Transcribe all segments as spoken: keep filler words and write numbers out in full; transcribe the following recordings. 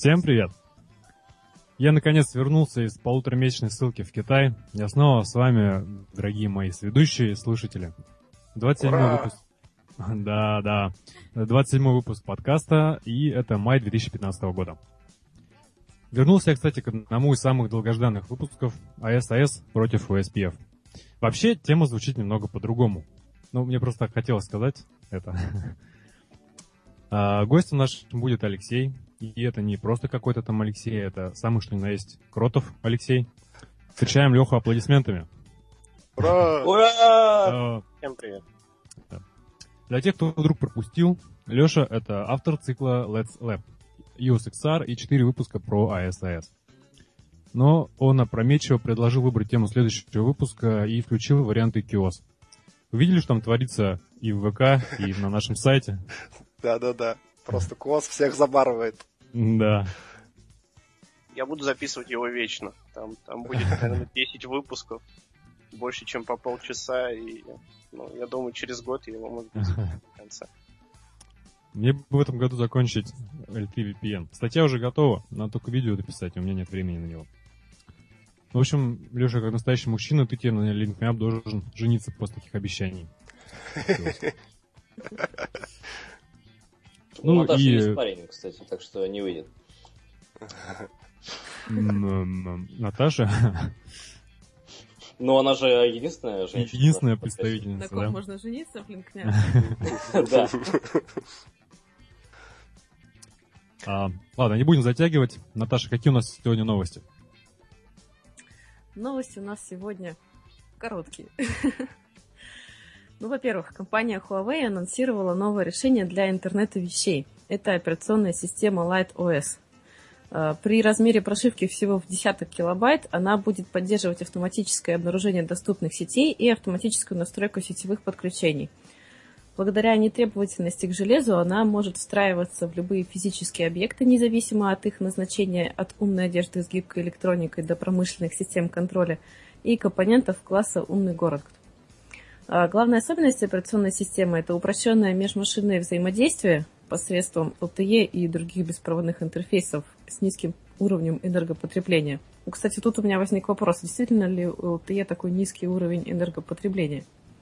Всем привет! Я наконец вернулся из полуторамесячной ссылки в Китай. Я снова с вами, дорогие мои сведущие и слушатели. двадцать седьмой выпуск. Да, да. двадцать седьмой выпуск подкаста, и это май две тысячи пятнадцатого года. Вернулся я, кстати, к одному из самых долгожданных выпусков эй эс эй эс против о эс пи эф. Вообще, тема звучит немного по-другому. Ну, мне просто так хотелось сказать это. А, гостем нашим будет Алексей. И это не просто какой-то там Алексей, это самый что ни на есть Кротов Алексей. Встречаем Леху аплодисментами. Ура! Ура! Всем привет. Для тех, кто вдруг пропустил, Леша — это автор цикла Let's Lab, ю эс икс ар и четыре выпуска про эй эс эй эс. Но он опрометчиво предложил выбрать тему следующего выпуска и включил варианты киос. Вы видели, что там творится и в ВК, и на нашем сайте? Да-да-да. Просто КОС всех забарывает. Да. Я буду записывать его вечно. Там, там будет, наверное, десять выпусков. Больше, чем по полчаса. И, ну, я думаю, через год я его могу записать до конца. Мне бы в этом году закончить эл ти ви пи эн. Статья уже готова, надо только видео дописать, у меня нет времени на него. В общем, Леша, как настоящий мужчина, ты теперь на LinkedIn должен жениться после таких обещаний. Ну, Наташа и... есть парень, кстати, так что не выйдет. Наташа? Ну, она же единственная женщина. Единственная представительница, да? На ком можно жениться, блин, князь? Да. Ладно, не будем затягивать. Наташа, какие у нас сегодня новости? Новости у нас сегодня короткие. Ну, во-первых, компания Huawei анонсировала новое решение для интернета вещей. Это операционная система LightOS. При размере прошивки всего в десяток килобайт она будет поддерживать автоматическое обнаружение доступных сетей и автоматическую настройку сетевых подключений. Благодаря нетребовательности к железу она может встраиваться в любые физические объекты, независимо от их назначения, от умной одежды с гибкой электроникой до промышленных систем контроля и компонентов класса «Умный город». Главная особенность операционной системы – это упрощенное межмашинное взаимодействие посредством эл ти и и других беспроводных интерфейсов с низким уровнем энергопотребления. Кстати, тут у меня возник вопрос, действительно ли у эл ти и такой низкий уровень энергопотребления?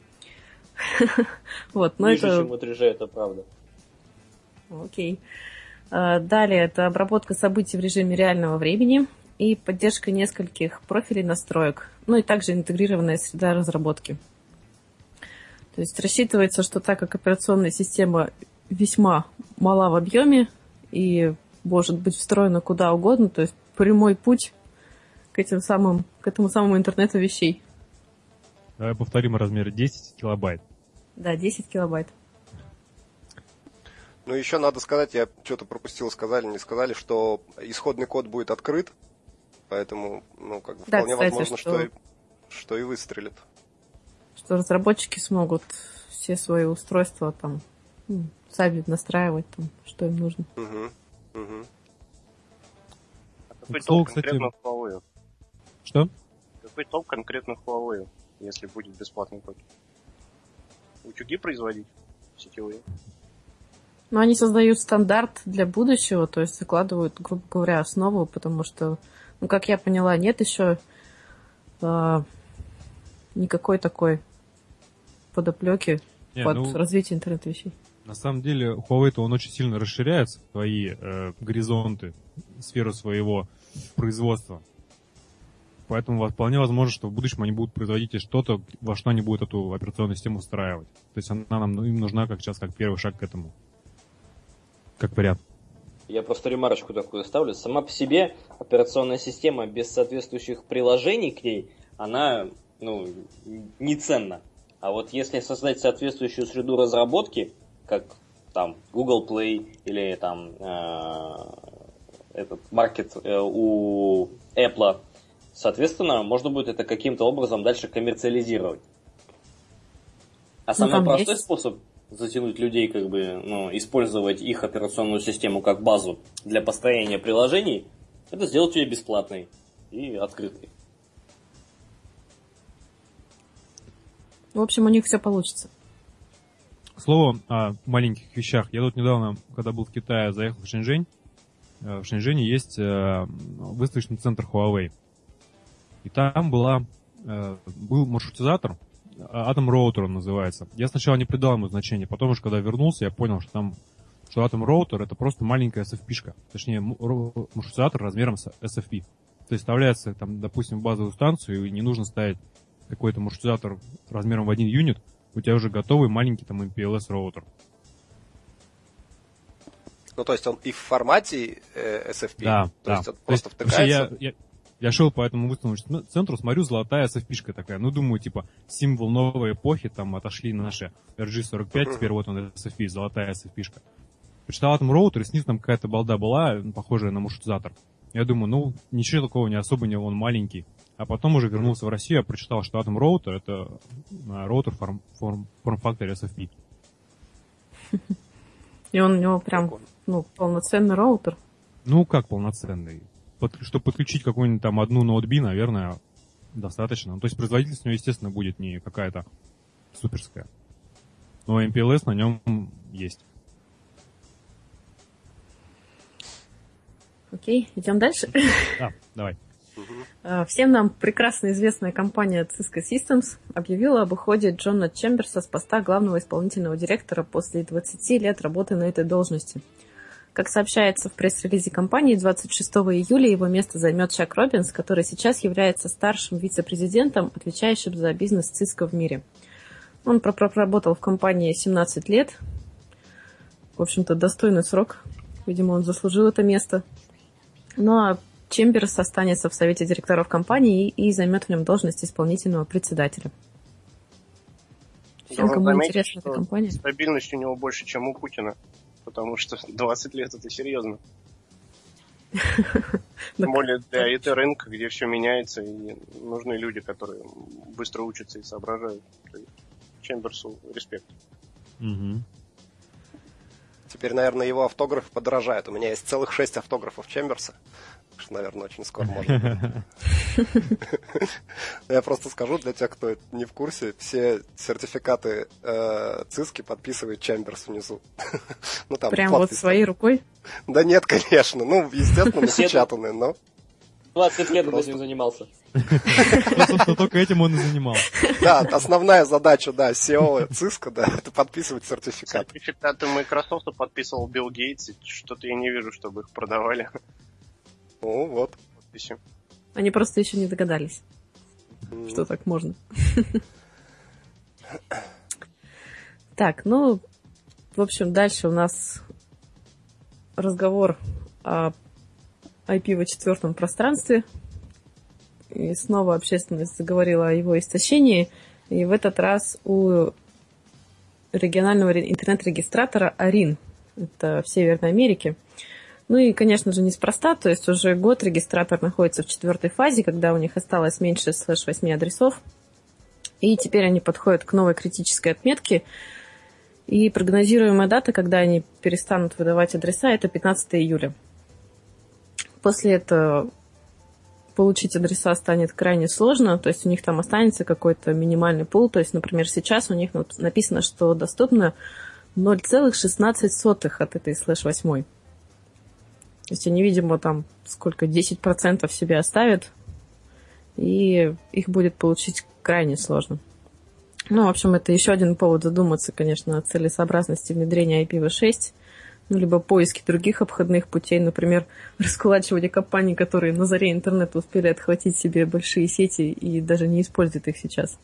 Вот, но Ниже, это... чем у три джи, это правда. Окей. Далее это обработка событий в режиме реального времени и поддержка нескольких профилей настроек, ну и также интегрированная среда разработки. То есть рассчитывается, что так как операционная система весьма мала в объеме и может быть встроена куда угодно, то есть прямой путь к этим самым, к этому самому интернету вещей. Давай повторим размер десять килобайт. Да, десять килобайт. Ну, еще надо сказать, я что-то пропустил, сказали, не сказали, что исходный код будет открыт, поэтому, ну, как бы, да, вполне кстати, возможно, что... что, и, что и выстрелит. Что разработчики смогут все свои устройства там ну, сами настраивать, там, что им нужно. Угу, угу. А какой Слово, толк кстати... конкретно в Huawei? Что? Какой толк конкретно в Huawei, если будет бесплатный код? Утюги производить сетевые? Ну, они создают стандарт для будущего, то есть закладывают, грубо говоря, основу, потому что, ну, как я поняла, нет еще э, никакой такой подоплеки Не, под ну, развитие интернет-вещей. На самом деле, Huawei-то он очень сильно расширяет свои э, горизонты, сферу своего производства. Поэтому вполне возможно, что в будущем они будут производить что-то, во что они будут эту операционную систему встраивать. То есть она нам им нужна как сейчас, как первый шаг к этому. Как вариант. Я просто ремарочку такую ставлю. Сама по себе операционная система без соответствующих приложений к ней, она, ну, не ценна. А вот если создать соответствующую среду разработки, как там Google Play или там э, этот маркет э, у Apple, соответственно, можно будет это каким-то образом дальше коммерциализировать. А самый ну, простой есть... способ затянуть людей, как бы, ну, использовать их операционную систему как базу для построения приложений, это сделать ее бесплатной и открытой. В общем, у них все получится. К слову о маленьких вещах. Я тут недавно, когда был в Китае, заехал в Шэньчжэнь. в Шэньчжэне есть выставочный центр Huawei. И там была, был маршрутизатор, Atom Router он называется. Я сначала не придал ему значения, потом уж когда вернулся, я понял, что там что Atom Router это просто маленькая эс эф пи-шка. Точнее, маршрутизатор размером с эс эф пи. То есть вставляется, там, допустим, в базовую станцию, и не нужно ставить какой-то маршрутизатор размером в один юнит, у тебя уже готовый маленький там эм пи эл эс роутер. Ну, то есть он и в формате э, эс эф пи? Да, то да. Есть он просто есть, втыкается? Я, я, я шел по этому выставочному центру, смотрю, золотая эс эф пи-шка такая. Ну, думаю, типа, символ новой эпохи, там отошли наши эр джи сорок пять, uh-huh. Теперь вот он эс эф пи, золотая эс эф пи-шка. Почитал Atom Router, и снизу там какая-то балда была, похожая на маршрутизатор. Я думаю, ну, ничего такого не особо, не он маленький. А потом уже вернулся в Россию, я прочитал, что Atom Router это роутер форм, форм, форм-фактор эс эф пи. И он у него прям, ну, полноценный роутер? Ну, как полноценный? Под, чтобы подключить какую-нибудь там одну ноутби, наверное, достаточно. Ну, то есть производительность у него, естественно, будет не какая-то суперская. Но эм пи эл эс на нем есть. Окей, идем дальше. Да, давай. Всем нам прекрасно известная компания Cisco Systems объявила об уходе Джона Чемберса с поста главного исполнительного директора после двадцати лет работы на этой должности. Как сообщается в пресс-релизе компании, двадцать шестого июля его место займет Чак Робинс, который сейчас является старшим вице-президентом, отвечающим за бизнес Cisco в мире. Он проработал в компании семнадцать лет. В общем-то, достойный срок. Видимо, он заслужил это место. Ну а Чемберс останется в совете директоров компании и, и займет в нем должность исполнительного председателя. Всем, кому заметить, интересна эта компания. Стабильность у него больше, чем у Путина. Потому что двадцать лет это серьезно. Тем более для ай ти-рынка, где все меняется, и нужны люди, которые быстро учатся и соображают. Чемберсу респект. Теперь, наверное, его автографы подорожают. У меня есть целых шесть автографов Чемберса. Что, наверное, очень скоро можно. Я просто скажу для тех, кто не в курсе, все сертификаты Cisco подписывает Чемберс внизу. Прям вот своей рукой? Да нет, конечно. Ну, естественно, напечатанные, но... двадцать лет он этим занимался. Собственно, только этим он и занимался. Да, основная задача, да, си и о Cisco, да, это подписывать сертификаты. Сертификаты Microsoft подписывал Билл Гейтс, что-то я не вижу, чтобы их продавали. Ну, вот. Они просто еще не догадались, mm. что так можно. Так, ну, в общем, дальше у нас разговор о ай пи ви четыре пространстве. И снова общественность заговорила о его истощении. И в этот раз у регионального интернет-регистратора Арин, это в Северной Америке. Ну и, конечно же, неспроста, то есть уже год регистратор находится в четвертой фазе, когда у них осталось меньше слэш восемь адресов. И теперь они подходят к новой критической отметке. И прогнозируемая дата, когда они перестанут выдавать адреса, это пятнадцатого июля. После этого получить адреса станет крайне сложно, то есть у них там останется какой-то минимальный пул. То есть, например, сейчас у них написано, что доступно ноль целых шестнадцать сотых от этой слэш восемь. То есть они, видимо, там сколько, десять процентов себе оставят, и их будет получить крайне сложно. Ну, в общем, это еще один повод задуматься, конечно, о целесообразности внедрения ай пи ви шесть, ну, либо поиски других обходных путей, например, раскулачивание компаний, которые на заре интернета успели отхватить себе большие сети и даже не используют их сейчас.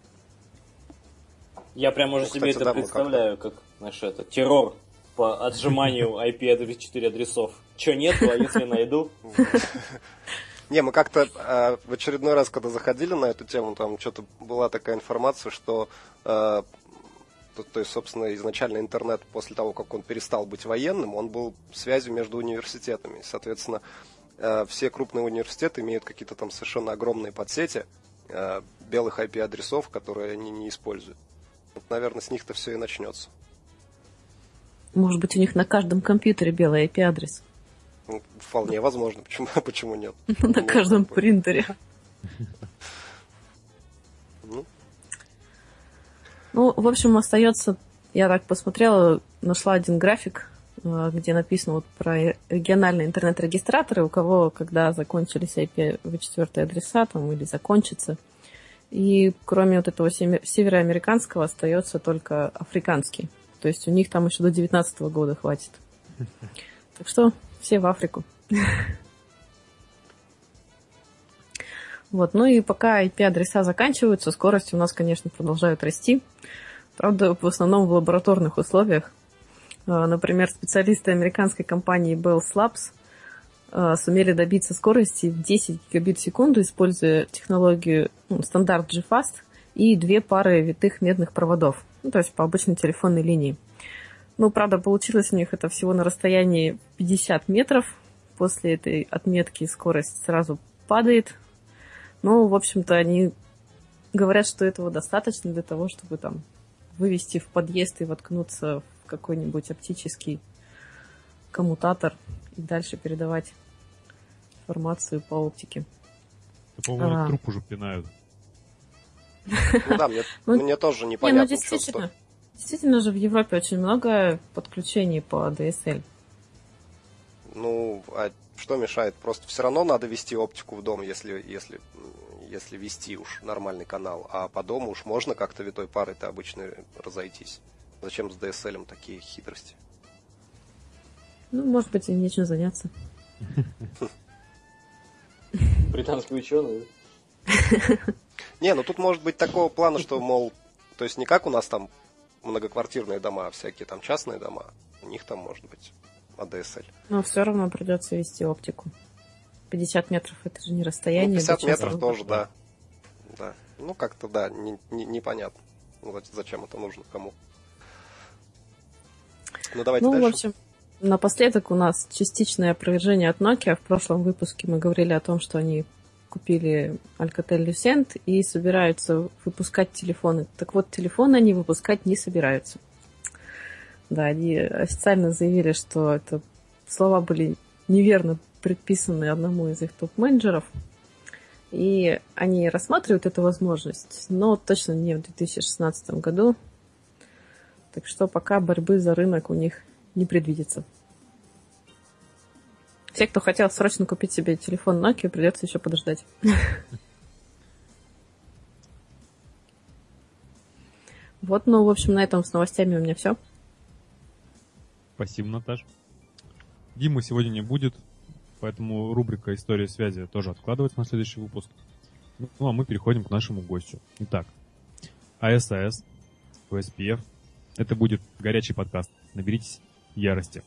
Я прямо уже ну, себе кстати, это да, представляю, как, знаешь, это, террор по отжиманию ай пи четыре адресов. Че нету, а если найду? Не, мы как-то э, в очередной раз, когда заходили на эту тему, там что-то была такая информация, что, э, то, то есть, собственно, изначально интернет, после того, как он перестал быть военным, он был связью между университетами. Соответственно, э, все крупные университеты имеют какие-то там совершенно огромные подсети э, белых ай пи-адресов, которые они не используют. Вот, наверное, с них-то все и начнется. Может быть, у них на каждом компьютере белый ай пи-адрес? Ну, вполне возможно. Почему, почему нет? На каждом принтере. Ну, в общем, остается... Я так посмотрела, нашла один график где написано вот про региональные интернет-регистраторы, у кого, когда закончились ай пи ви четыре адреса там, или закончатся. И кроме вот этого североамериканского остается только африканский. То есть у них там еще до девятнадцатого года хватит. Так что все в Африку. Вот, ну и пока ай пи-адреса заканчиваются, скорости у нас, конечно, продолжают расти. Правда, в основном в лабораторных условиях. Например, специалисты американской компании Bell Labs сумели добиться скорости в десять гигабит в секунду, используя технологию ну, стандарт джи-фаст и две пары витых медных проводов, ну, то есть по обычной телефонной линии. Ну, правда, получилось у них это всего на расстоянии пятьдесят метров. После этой отметки скорость сразу падает. Ну, в общем-то, они говорят, что этого достаточно для того, чтобы там вывести в подъезд и воткнуться в какой-нибудь оптический коммутатор и дальше передавать информацию по оптике. Да, по-моему, а... труп уже пинают. Ну да, мне, ну, мне тоже непонятно. Не, ну действительно, действительно же в Европе очень много подключений по ди эс эл. Ну, а что мешает? Просто все равно надо вести оптику в дом, если, если, если вести уж нормальный канал. А по дому уж можно как-то витой парой-то обычно разойтись. Зачем с ди эс эл такие хитрости? Ну, может быть, и нечем заняться. Британские ученые. Не, ну тут может быть такого плана, что, мол, то есть не как у нас там многоквартирные дома, а всякие там частные дома. У них там может быть эй ди эс эл. Но все равно придется вести оптику. пятьдесят метров это же не расстояние. Ну, пятьдесят метров тоже, да. да. Ну, как-то, да, не, не, непонятно. Зачем это нужно, кому. Ну, давайте ну, дальше. в общем, напоследок у нас частичное опровержение от Nokia. В прошлом выпуске мы говорили о том, что они купили Alcatel-Lucent и собираются выпускать телефоны. Так вот, телефоны они выпускать не собираются. Да, они официально заявили, что это слова были неверно предписаны одному из их топ-менеджеров. И они рассматривают эту возможность, но точно не в две тысячи шестнадцатом году. Так что пока борьбы за рынок у них не предвидится. Те, кто хотел срочно купить себе телефон Nokia, придется еще подождать. Вот, ну, в общем, на этом с новостями у меня все. Спасибо, Наташ. Димы сегодня не будет, поэтому рубрика «История связи» тоже откладывается на следующий выпуск. Ну, а мы переходим к нашему гостю. Итак, эй эс эс, о эс пи эф. Это будет горячий подкаст. Наберитесь ярости.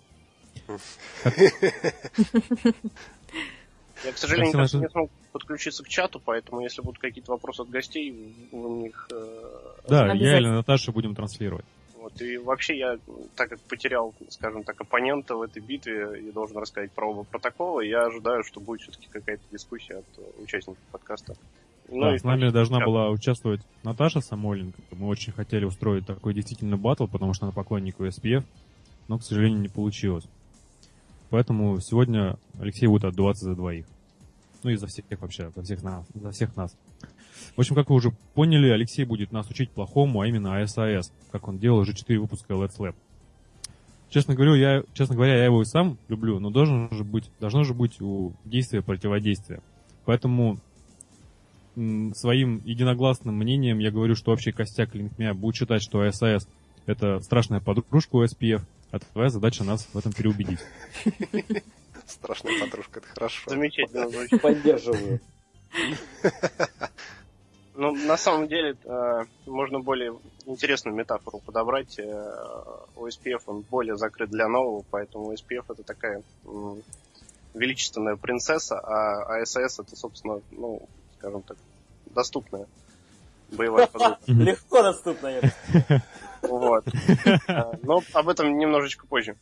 Я, к сожалению, наши... не смог подключиться к чату, поэтому если будут какие-то вопросы от гостей, вы в них... Да, я или Наташа будем транслировать. Вот, и вообще я, так как потерял, скажем так, оппонента в этой битве и должен рассказать про оба протокола, я ожидаю, что будет все-таки какая-то дискуссия от участников подкаста. Ну, да, с нами должна чат. была участвовать Наташа Самойленко. Мы очень хотели устроить такой действительно баттл, потому что она поклонник о эс пи эф, но, к сожалению, не получилось. Поэтому сегодня Алексей будет отдуваться за двоих. Ну и за всех вообще, за всех нас. За всех нас. В общем, как вы уже поняли, Алексей будет нас учить плохому, а именно эй эс эс, как он делал уже четыре выпуска Let's Lab. Честно говоря, я, честно говоря, я его и сам люблю, но должен же быть, должно же быть у действия противодействия. Поэтому м, своим единогласным мнением я говорю, что общий костяк LinkMe будет считать, что эй эс эс это страшная подружка о эс пи эф, а твоя задача нас в этом переубедить. Страшная подружка, это хорошо. Замечательно. Поддерживаю. Ну, на самом деле, можно более интересную метафору подобрать. о эс пи эф, он более закрыт для нового, поэтому о эс пи эф это такая величественная принцесса, а эй эс эс это, собственно, ну, скажем так, доступная боевая подруга. Легко доступная. Вот. Но об этом немножечко позже.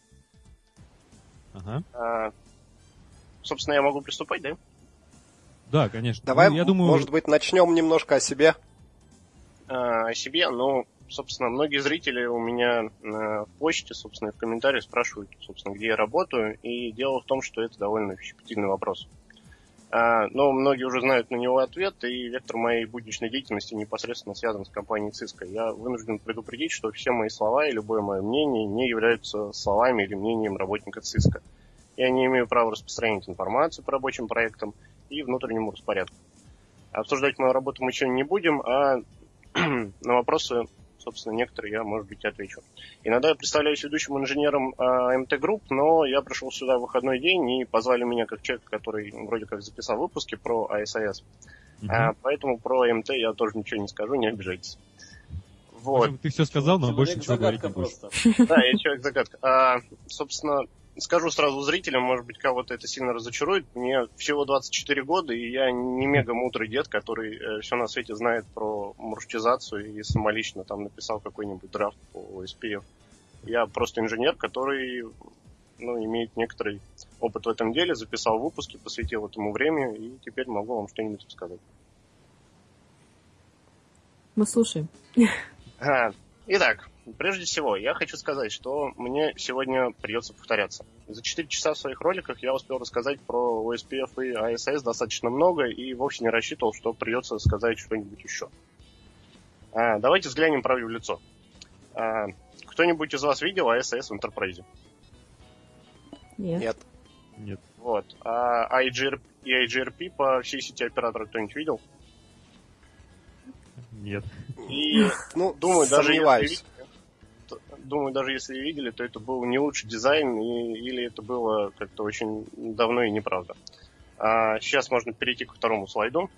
Ага. Собственно, я могу приступать, да? Да, конечно. Давай, ну, я думаю... может быть, начнем немножко о себе. А, о себе, ну, собственно, многие зрители у меня в почте, собственно, в комментариях спрашивают, собственно, где я работаю, и дело в том, что это довольно щепетильный вопрос. А, но многие уже знают на него ответ, и вектор моей будничной деятельности непосредственно связан с компанией Cisco. Я вынужден предупредить, что все мои слова и любое мое мнение не являются словами или мнением работника Cisco. Я не имею права распространять информацию по рабочим проектам и внутреннему распорядку. Обсуждать мою работу мы сегодня не будем, а на вопросы, собственно, некоторые я, может быть, отвечу. Иногда я представляюсь ведущим инженером а, эм тэ Group, но я пришел сюда в выходной день и позвали меня как человек, который вроде как записал выпуски про эй эс эй эс. Mm-hmm. А, поэтому про эм тэ я тоже ничего не скажу, не обижайтесь. Вот. Ты все сказал, но больше ничего говорить не будешь. Да, я человек-загадка. А, собственно, скажу сразу зрителям, может быть, кого-то это сильно разочарует. Мне всего двадцать четыре года, и я не мега мудрый дед, который э, все на свете знает про маршрутизацию и самолично там написал какой-нибудь драфт по о эс пи эф. Я просто инженер, который ну, имеет некоторый опыт в этом деле, записал выпуски, посвятил этому время, и теперь могу вам что-нибудь рассказать. Мы слушаем. А, итак, прежде всего, я хочу сказать, что мне сегодня придется повторяться. За четыре часа в своих роликах я успел рассказать про о эс пи эф и эй эс эй эс достаточно много и вовсе не рассчитывал, что придется сказать что-нибудь еще. А, давайте взглянем правде в лицо. А, кто-нибудь из вас видел эй эс эй эс в Enterprise? Нет. Нет. Нет. Вот. А ай джи ар пи и эй джи ар пи по всей сети оператора кто-нибудь видел? Нет. И, ну, думаю, даже сомневаюсь. если, думаю, даже если видели, то это был не лучший дизайн, и, или это было как-то очень давно и неправда. А сейчас можно перейти ко второму слайду.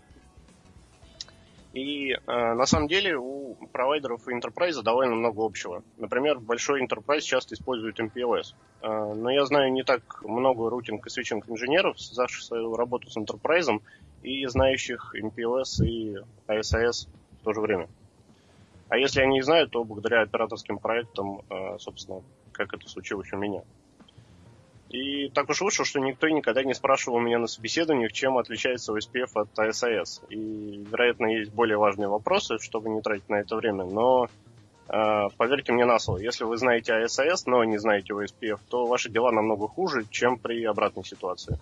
И а, на самом деле у провайдеров и Enterprise довольно много общего. Например, большой Enterprise часто использует эм пи эл эс. А, но я знаю не так много рутинг и свитчинг инженеров, связавших свою работу с Enterprise и знающих эм пи эл эс и эй эс эй эс в то же время. А если они не знают, то благодаря операторским проектам, собственно, как это случилось у меня. И так уж вышло, что никто никогда не спрашивал меня на собеседованиях, чем отличается о эс пи эф от эй эс эй эс. И, вероятно, есть более важные вопросы, чтобы не тратить на это время, но поверьте мне на слово, если вы знаете эй эс эй эс, но не знаете о эс пи эф, то ваши дела намного хуже, чем при обратной ситуации.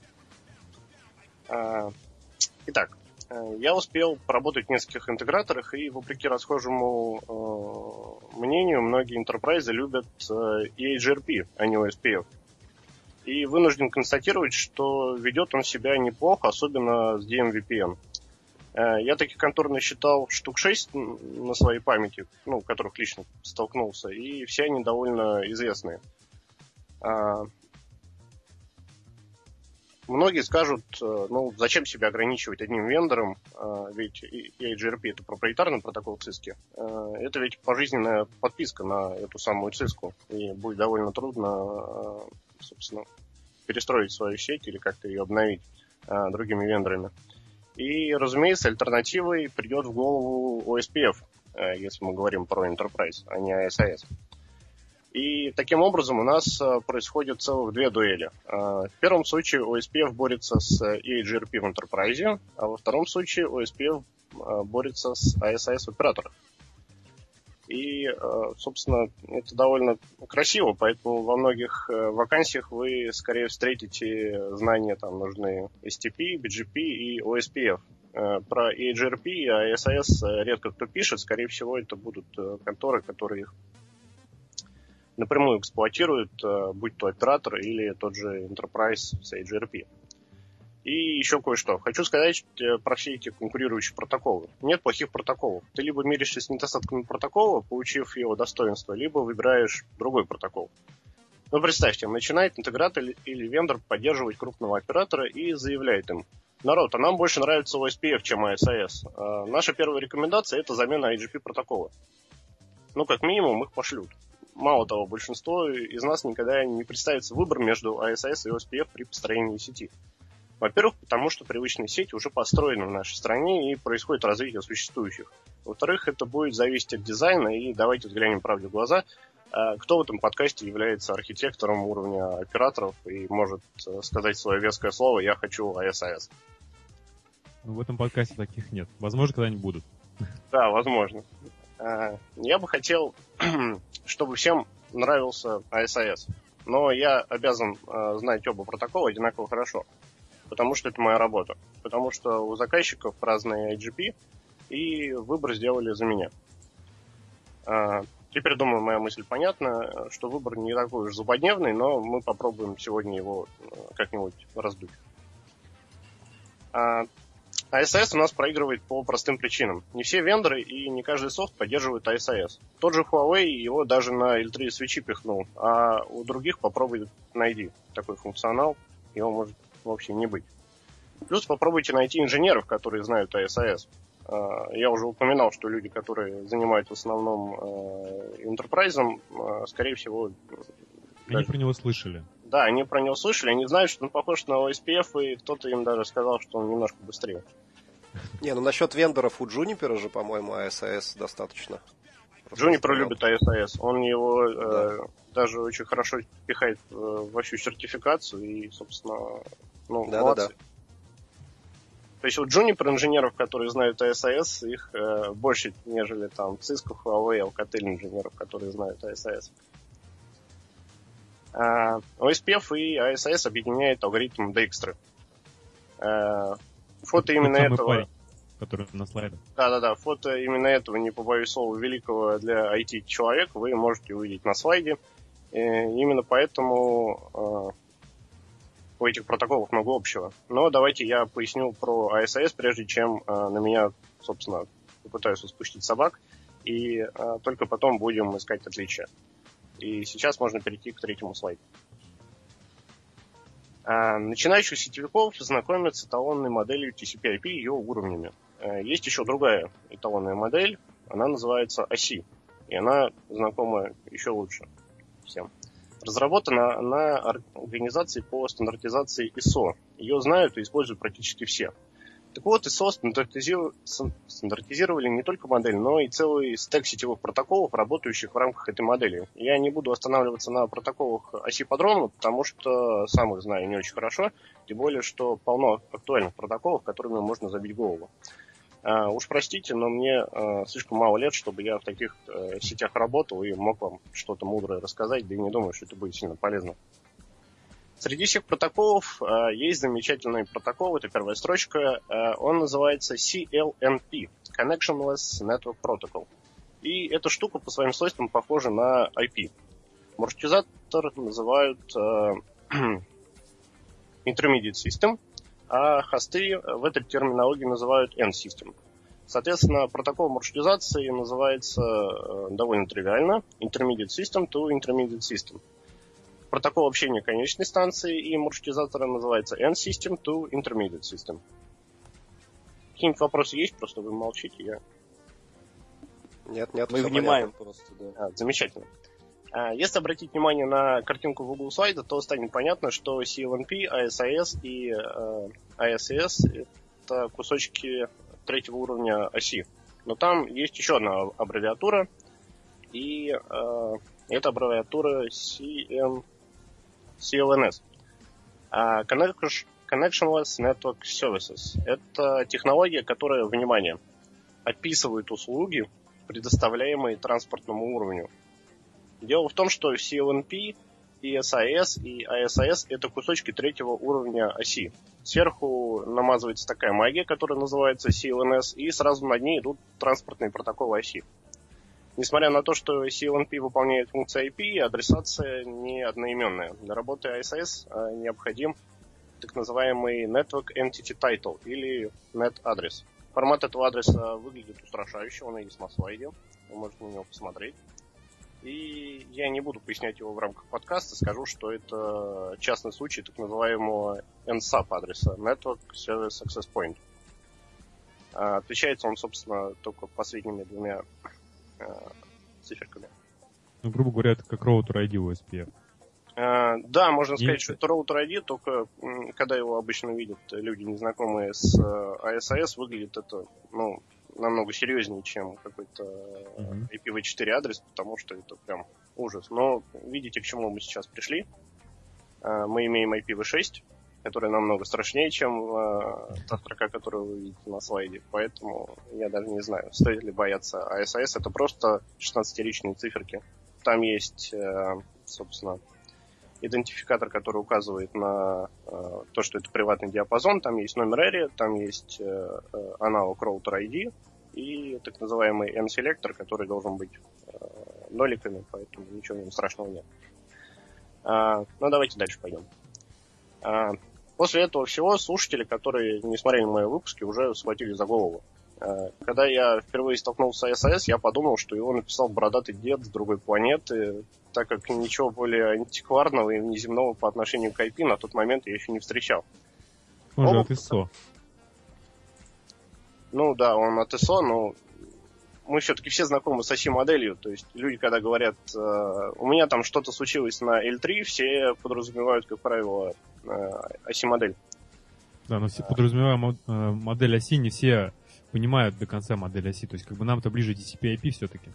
Итак, я успел поработать в нескольких интеграторах, и вопреки расхожему э, мнению, многие enterprise любят э, и эй джи ар пи, а не о эс пи эф. И вынужден констатировать, что ведет он себя неплохо, особенно с ди эм ви пи эн. Э, я таких контор насчитал штук шесть на своей памяти, ну, в которых лично столкнулся, и все они довольно известные. Э, Многие скажут, ну, зачем себя ограничивать одним вендором, ведь и эй джи ар пи это проприетарный протокол Cisco. Это ведь пожизненная подписка на эту самую Cisco, и будет довольно трудно, собственно, перестроить свою сеть или как-то ее обновить другими вендорами. И, разумеется, альтернативой придет в голову о эс пи эф, если мы говорим про Enterprise, а не эй эс эй эс. И таким образом у нас происходит целых две дуэли. В первом случае о эс пи эф борется с и эй джи ар пи в Enterprise, а во втором случае о эс пи эф борется с эй эс эй эс в операторах. И, собственно, это довольно красиво, поэтому во многих вакансиях вы скорее встретите знания, там нужны эс ти пи, би джи пи и о эс пи эф. Про и эй джи ар пи и эй эс эй эс редко кто пишет, скорее всего, это будут конторы, которые их напрямую эксплуатируют, будь то оператор или тот же Enterprise с эй джи ар пи. И еще кое-что. Хочу сказать про все эти конкурирующие протоколы. Нет плохих протоколов. Ты либо миришься с недостатками протокола, получив его достоинство, либо выбираешь другой протокол. Ну, представьте, начинает интегратор или вендор поддерживать крупного оператора и заявляет им: народ, а нам больше нравится о эс пи эф, чем эй эс эй эс. А наша первая рекомендация – это замена ай джи пи протокола. Ну, как минимум, их пошлют. Мало того, большинство из нас никогда не представится выбор между эй эс эй эс и о эс пи эф при построении сети. Во-первых, потому что привычные сети уже построены в нашей стране и происходит развитие существующих. Во-вторых, это будет зависеть от дизайна, и давайте взглянем правде в глаза. Кто в этом подкасте является архитектором уровня операторов и может сказать свое веское слово «я хочу эй эс эй эс». Ну, в этом подкасте таких нет. Возможно, когда-нибудь будут. Да, возможно. Я бы хотел, чтобы всем нравился эй эс эй эс, но я обязан знать оба протокола одинаково хорошо. потому что это моя работа. Потому что у заказчиков разные ай джи пи, и выбор сделали за меня. А, теперь, думаю, моя мысль понятна, что выбор не такой уж злободневный, но мы попробуем сегодня его как-нибудь раздуть. А, эй эс эй эс у нас проигрывает по простым причинам. Не все вендоры и не каждый софт поддерживает эй эс эй эс. Тот же Huawei его даже на эл три свечи пихнул, а у других попробуй найди такой функционал, его может вообще не быть. Плюс попробуйте найти инженеров, которые знают эй эс эй эс. Я уже упоминал, что люди, которые занимаются в основном enterprise, скорее всего... Они даже... про него слышали. Да, они про него слышали, они знают, что он похож на о эс пи эф, и кто-то им даже сказал, что он немножко быстрее. Не, ну насчет вендоров у Juniper же, по-моему, эй эс эй эс достаточно. Juniper любит эй эс эй эс, он его да. э, даже очень хорошо пихает э, во всю сертификацию, и, собственно, ну, да, молодцы. Да, да. То есть у Juniper инженеров, которые знают эй эс эй эс, их э, больше, нежели там Cisco, Huawei, Alcatel инженеров, которые знают эй эс эй эс. Uh, о эс пи эф и эй эс эй эс объединяет алгоритм Dijkstra. Uh, фото это именно этого... Парень, который на слайдах. Да-да-да, фото именно этого, не побоюсь слова, великого для ай ти-человека вы можете увидеть на слайде. И именно поэтому uh, у этих протоколов много общего. Но давайте я поясню про эй эс эй эс, прежде чем uh, на меня, собственно, попытаюсь спустить собак, и uh, только потом будем искать отличия. И сейчас можно перейти к третьему слайду. А, начинающих сетевиков знакомят с эталонной моделью ти си пи ай пи и ее уровнями. А, есть еще другая эталонная модель, она называется эй си, и она знакома еще лучше всем. Разработана она организацией по стандартизации ай эс о. Ее знают и используют практически все. Так вот, ай эс о стандартизировали не только модель, но и целый стек сетевых протоколов, работающих в рамках этой модели. Я не буду останавливаться на протоколах эй си подробно, потому что сам их знаю не очень хорошо, тем более, что полно актуальных протоколов, которыми можно забить голову. А, уж простите, но мне а, слишком мало лет, чтобы я в таких а, сетях работал и мог вам что-то мудрое рассказать, да и не думаю, что это будет сильно полезно. Среди всех протоколов э, есть замечательный протокол, это первая строчка, э, он называется си эл эн пи, Connectionless Network Protocol. И эта штука по своим свойствам похожа на ай пи. Маршрутизатор называют э, Intermediate System, а хосты в этой терминологии называют End System. Соответственно, протокол маршрутизации называется э, довольно тривиально Intermediate System to Intermediate System. Протокол общения конечной станции и маршрутизатора называется End System to Intermediate System. Какие-нибудь вопросы есть? Просто вы молчите, я... Нет, нет. Мы внимаем понятно. Просто, да. А, замечательно. А, если обратить внимание на картинку в углу слайда, то станет понятно, что си эл эн пи, эй эс эй эс и э, эй эс эй эс это кусочки третьего уровня оси. Но там есть еще одна аббревиатура, и э, это аббревиатура си эн эс. Uh, Connectionless Network Services. Это технология, которая, внимание, описывает услуги, предоставляемые транспортному уровню. Дело в том, что си эл эн пи, и эс эй эс и эй эс эй эс это кусочки третьего уровня оси. Сверху намазывается такая магия, которая называется си эл эн эс, и сразу над ней идут транспортные протоколы оси. Несмотря на то, что си эл эн пи выполняет функции ай пи, адресация не одноименная. Для работы эй эс эй эс необходим так называемый Network Entity Title или net-адрес. Формат этого адреса выглядит устрашающе, он есть на слайде, вы можете на него посмотреть. И я не буду пояснять его в рамках подкаста, скажу, что это частный случай так называемого эн эс эй пи адреса, Network Service Access Point. Отличается он, собственно, только последними двумя циферками. Ну, грубо говоря, это как роутер ай ди у эс пи эф. Uh, да, можно сказать, что это роутер ай ди, только м, когда его обычно видят люди, незнакомые с uh, эй эс эй эс, выглядит это ну, намного серьезнее, чем какой-то uh-huh. ай пи ви четыре адрес, потому что это прям ужас. Но видите, к чему мы сейчас пришли. Uh, мы имеем ай пи ви шесть, которая намного страшнее, чем uh, та строка, которую вы видите на слайде. Поэтому я даже не знаю, стоит ли бояться эй эс эй эс. Это просто шестнадцатиричные циферки. Там есть, uh, собственно, идентификатор, который указывает на э, то, что это приватный диапазон. Там есть номер area, там есть э, аналог router ай ди и так называемый M-селектор, который должен быть э, ноликами, поэтому ничего в нем страшного нет. А, ну, давайте дальше пойдем. А, после этого всего слушатели, которые не смотрели мои выпуски, уже схватили за голову. Когда я впервые столкнулся с эй эс эй эс, я подумал, что его написал бородатый дед с другой планеты, так как ничего более антикварного и внеземного по отношению к ай пи на тот момент я еще не встречал. Он же от ай эс о. Ну да, он от ай эс о, но мы все-таки все знакомы с ай си-моделью. То есть люди, когда говорят, у меня там что-то случилось на эл три, все подразумевают, как правило, ай си-модель. Да, но все подразумевая модель оси, не все понимают до конца модель оси. То есть, как бы нам-то ближе ди си пи ай пи все-таки.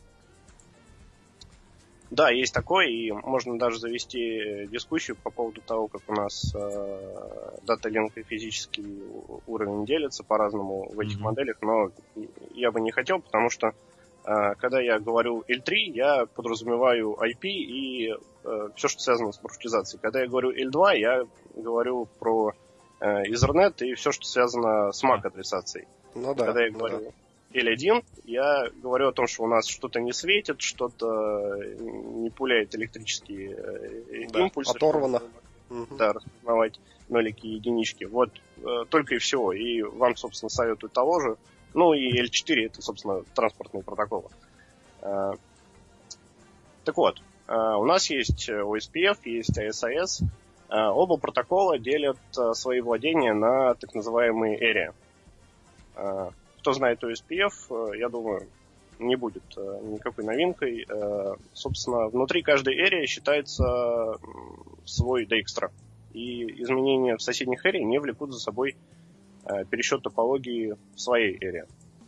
Да, есть такое, и можно даже завести дискуссию по поводу того, как у нас э, дата-линк и физический уровень делятся по-разному в этих mm-hmm. моделях, но я бы не хотел, потому что э, когда я говорю эл три, я подразумеваю ай пи и э, все, что связано с маршрутизацией. Когда я говорю эл два, я говорю про э, Ethernet и все, что связано с мак-адресацией. Ну да. Когда я ну говорю да. эл один, я говорю о том, что у нас что-то не светит, что-то не пуляет электрические да, импульсы. Оторвано. Чтобы, да, распознавать нолики и единички. Вот э, только и всего. И вам, собственно, советуют того же. Ну и эл четыре это, собственно, транспортные протоколы. Э, так вот, э, у нас есть о эс пи эф, есть эй эс эй эс. Э, оба протокола делят э, свои владения на так называемые area. Э, Кто знает о эс пи эф, я думаю, не будет никакой новинкой. Собственно, внутри каждой area считается свой Dijkstra. И изменения в соседних area не влекут за собой пересчет топологии в своей area.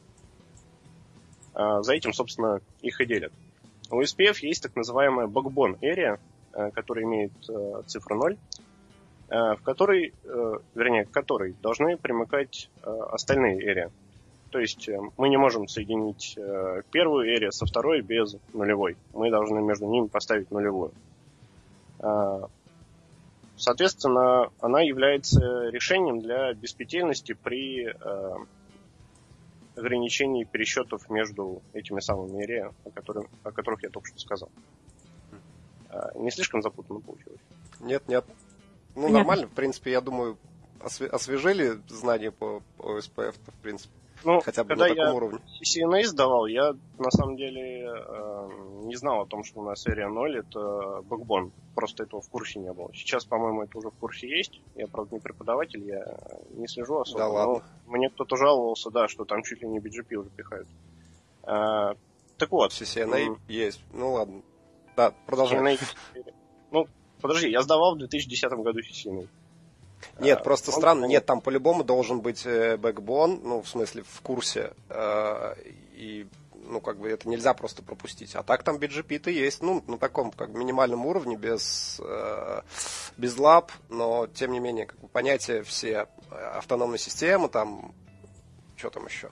За этим, собственно, их и делят. У эс пи эф есть так называемая backbone area, которая имеет цифру ноль, в которой, вернее, к которой должны примыкать остальные area. То есть мы не можем соединить э, первую area со второй без нулевой. Мы должны между ними поставить нулевую. Э, соответственно, она является решением для беспетельности при э, ограничении пересчетов между этими самыми area, о, которых, о которых я только что сказал. Э, не слишком запутанно получилось? Нет, нет. Ну, Понятно. Нормально, в принципе, я думаю, освежили знания по о эс пи эф, в принципе. Ну, хотя бы когда на таком я уровне. си эн эй сдавал, я на самом деле э, не знал о том, что у нас area ноль это backbone. Просто этого в курсе не было. Сейчас, по-моему, это уже в курсе есть. Я, правда, не преподаватель, я не слежу особо. Да ладно. Но мне кто-то жаловался, да, что там чуть ли не би джи пи уже пихают. А, так вот. си эн эй mm. есть. Ну ладно. Да, продолжай. си эн эй... Ну, подожди, я сдавал в две тысячи десятом году си эн эй. Нет, а, просто он, странно. он... Нет, там по-любому должен быть бэкбон, ну, в смысле, в курсе. Э, и, ну, как бы это нельзя просто пропустить. А так там би джи пи-то есть, ну, на таком, как минимальном уровне, без, э, без лаб, но, тем не менее, как бы понятия все автономной системы, там, что там еще?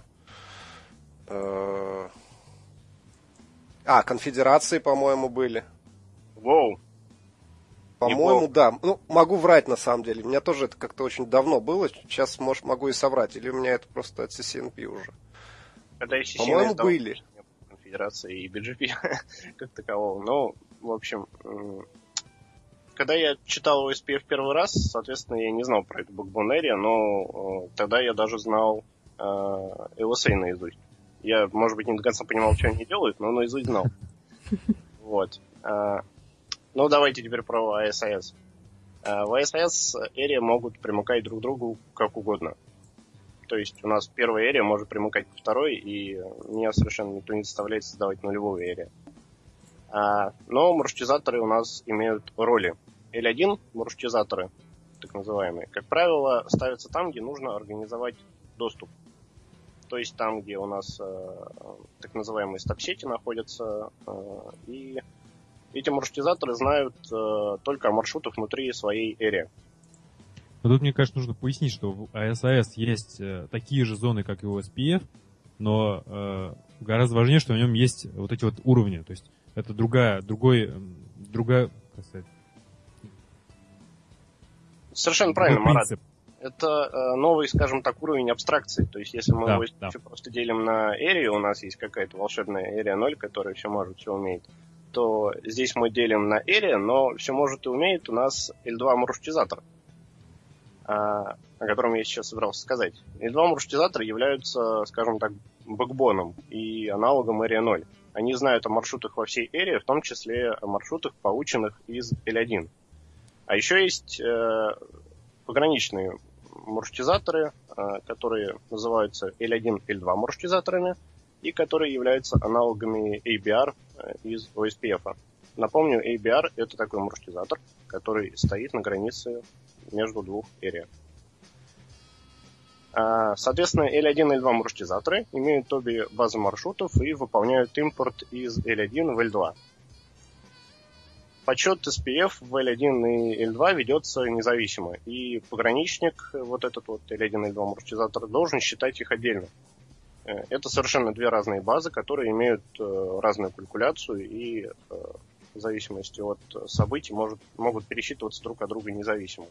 Э, а, конфедерации, по-моему, были. Воу. По-моему, да. Ну, могу врать, на самом деле. У меня тоже это как-то очень давно было. Сейчас, может, могу и соврать. Или у меня это просто от си си эн пи уже. Когда я си си эн эй По-моему, сдал, были. Конфедерации и би джи пи как такового. Ну, в общем, когда я читал о эс пи эф первый раз, соответственно, я не знал про эту backbone area, но тогда я даже знал эл эс эй наизусть. Я, может быть, не до конца понимал, что они делают, но наизусть знал. Вот. Ну, давайте теперь про эй эс эй эс. В эй эс эй эс area могут примыкать друг к другу как угодно. То есть у нас первая area может примыкать к второй, и меня совершенно никто не заставляет создавать нулевую area. Но маршрутизаторы у нас имеют роли. эл один маршрутизаторы, так называемые, как правило, ставятся там, где нужно организовать доступ. То есть там, где у нас так называемые стоп-сети находятся, и эти маршрутизаторы знают э, только о маршрутах внутри своей area. Но тут, мне кажется, нужно пояснить, что в эй эс эй эс есть э, такие же зоны, как и у эс пи эф, но э, гораздо важнее, что в нем есть вот эти вот уровни. То есть это другая, другой, другая, как сказать, Совершенно правильно, Марат. Это э, новый, скажем так, уровень абстракции. То есть, если мы да, его да. просто делим на area, у нас есть какая-то волшебная area ноль, которая все может, все умеет, то здесь мы делим на area, но все может и умеет у нас эл два маршрутизатор, э, о котором я сейчас собирался сказать. эл два маршрутизаторы являются, скажем так, бэкбоном и аналогом area ноль. Они знают о маршрутах во всей area, в том числе о маршрутах, полученных из эл один. А еще есть э, пограничные маршрутизаторы, которые называются эл один, эл два маршрутизаторами и которые являются аналогами эй би ар из о эс пи эф. Напомню, эй би ар это такой маршрутизатор, который стоит на границе между двух area. Соответственно, эл один и эл два маршрутизаторы имеют обе базы маршрутов и выполняют импорт из эл один в эл два. Подсчет эс пи эф в эл один и эл два ведется независимо, и пограничник, вот этот вот эл один и эл два маршрутизатор, должен считать их отдельно. Это совершенно две разные базы, которые имеют разную калькуляцию и в зависимости от событий может, могут пересчитываться друг от друга независимо.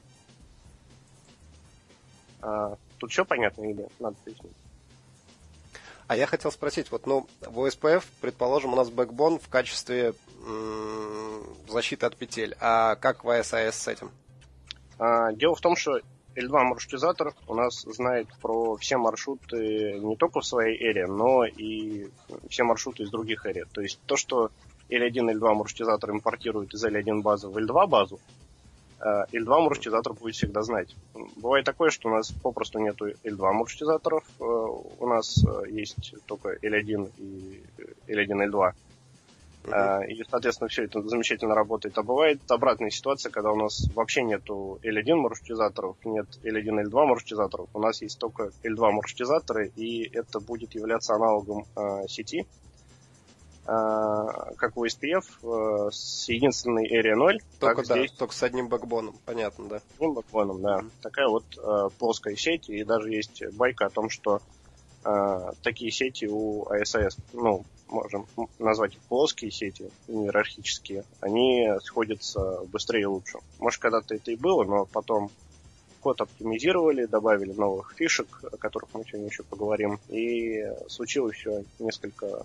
Тут все понятно или надо пояснить? А я хотел спросить, вот, ну, в о эс пи эф, предположим, у нас бэкбон в качестве м- защиты от петель. А как в эй эс эй эс с этим? А, дело в том, что эл два маршрутизатор у нас знает про все маршруты не только в своей эре, но и все маршруты из других эр. То есть то, что эл один и эл два маршрутизатор импортирует из эл один базы в эл два базу, эл два маршрутизатор будет всегда знать. Бывает такое, что у нас попросту нету эл два маршрутизаторов, у нас есть только эл один и эл один и эл два. Uh-huh. И, соответственно, все это замечательно работает. А бывает обратная ситуация, когда у нас вообще нету эл один маршрутизаторов, нет эл один и эл два маршрутизаторов, у нас есть только эл два маршрутизаторы, и это будет являться аналогом э, сети, э, как у эс пи эф, э, с единственной area ноль. Только, да, здесь... только с одним бэкбоном, понятно, да. С одним бэкбоном, да. Uh-huh. Такая вот э, плоская сеть, и даже есть байка о том, что э, такие сети у эй эс эй эс, ну, можем назвать их плоские сети, иерархические, они сходятся быстрее и лучше. Может, когда-то это и было, но потом код оптимизировали, добавили новых фишек, о которых мы сегодня еще поговорим, и случилось все несколько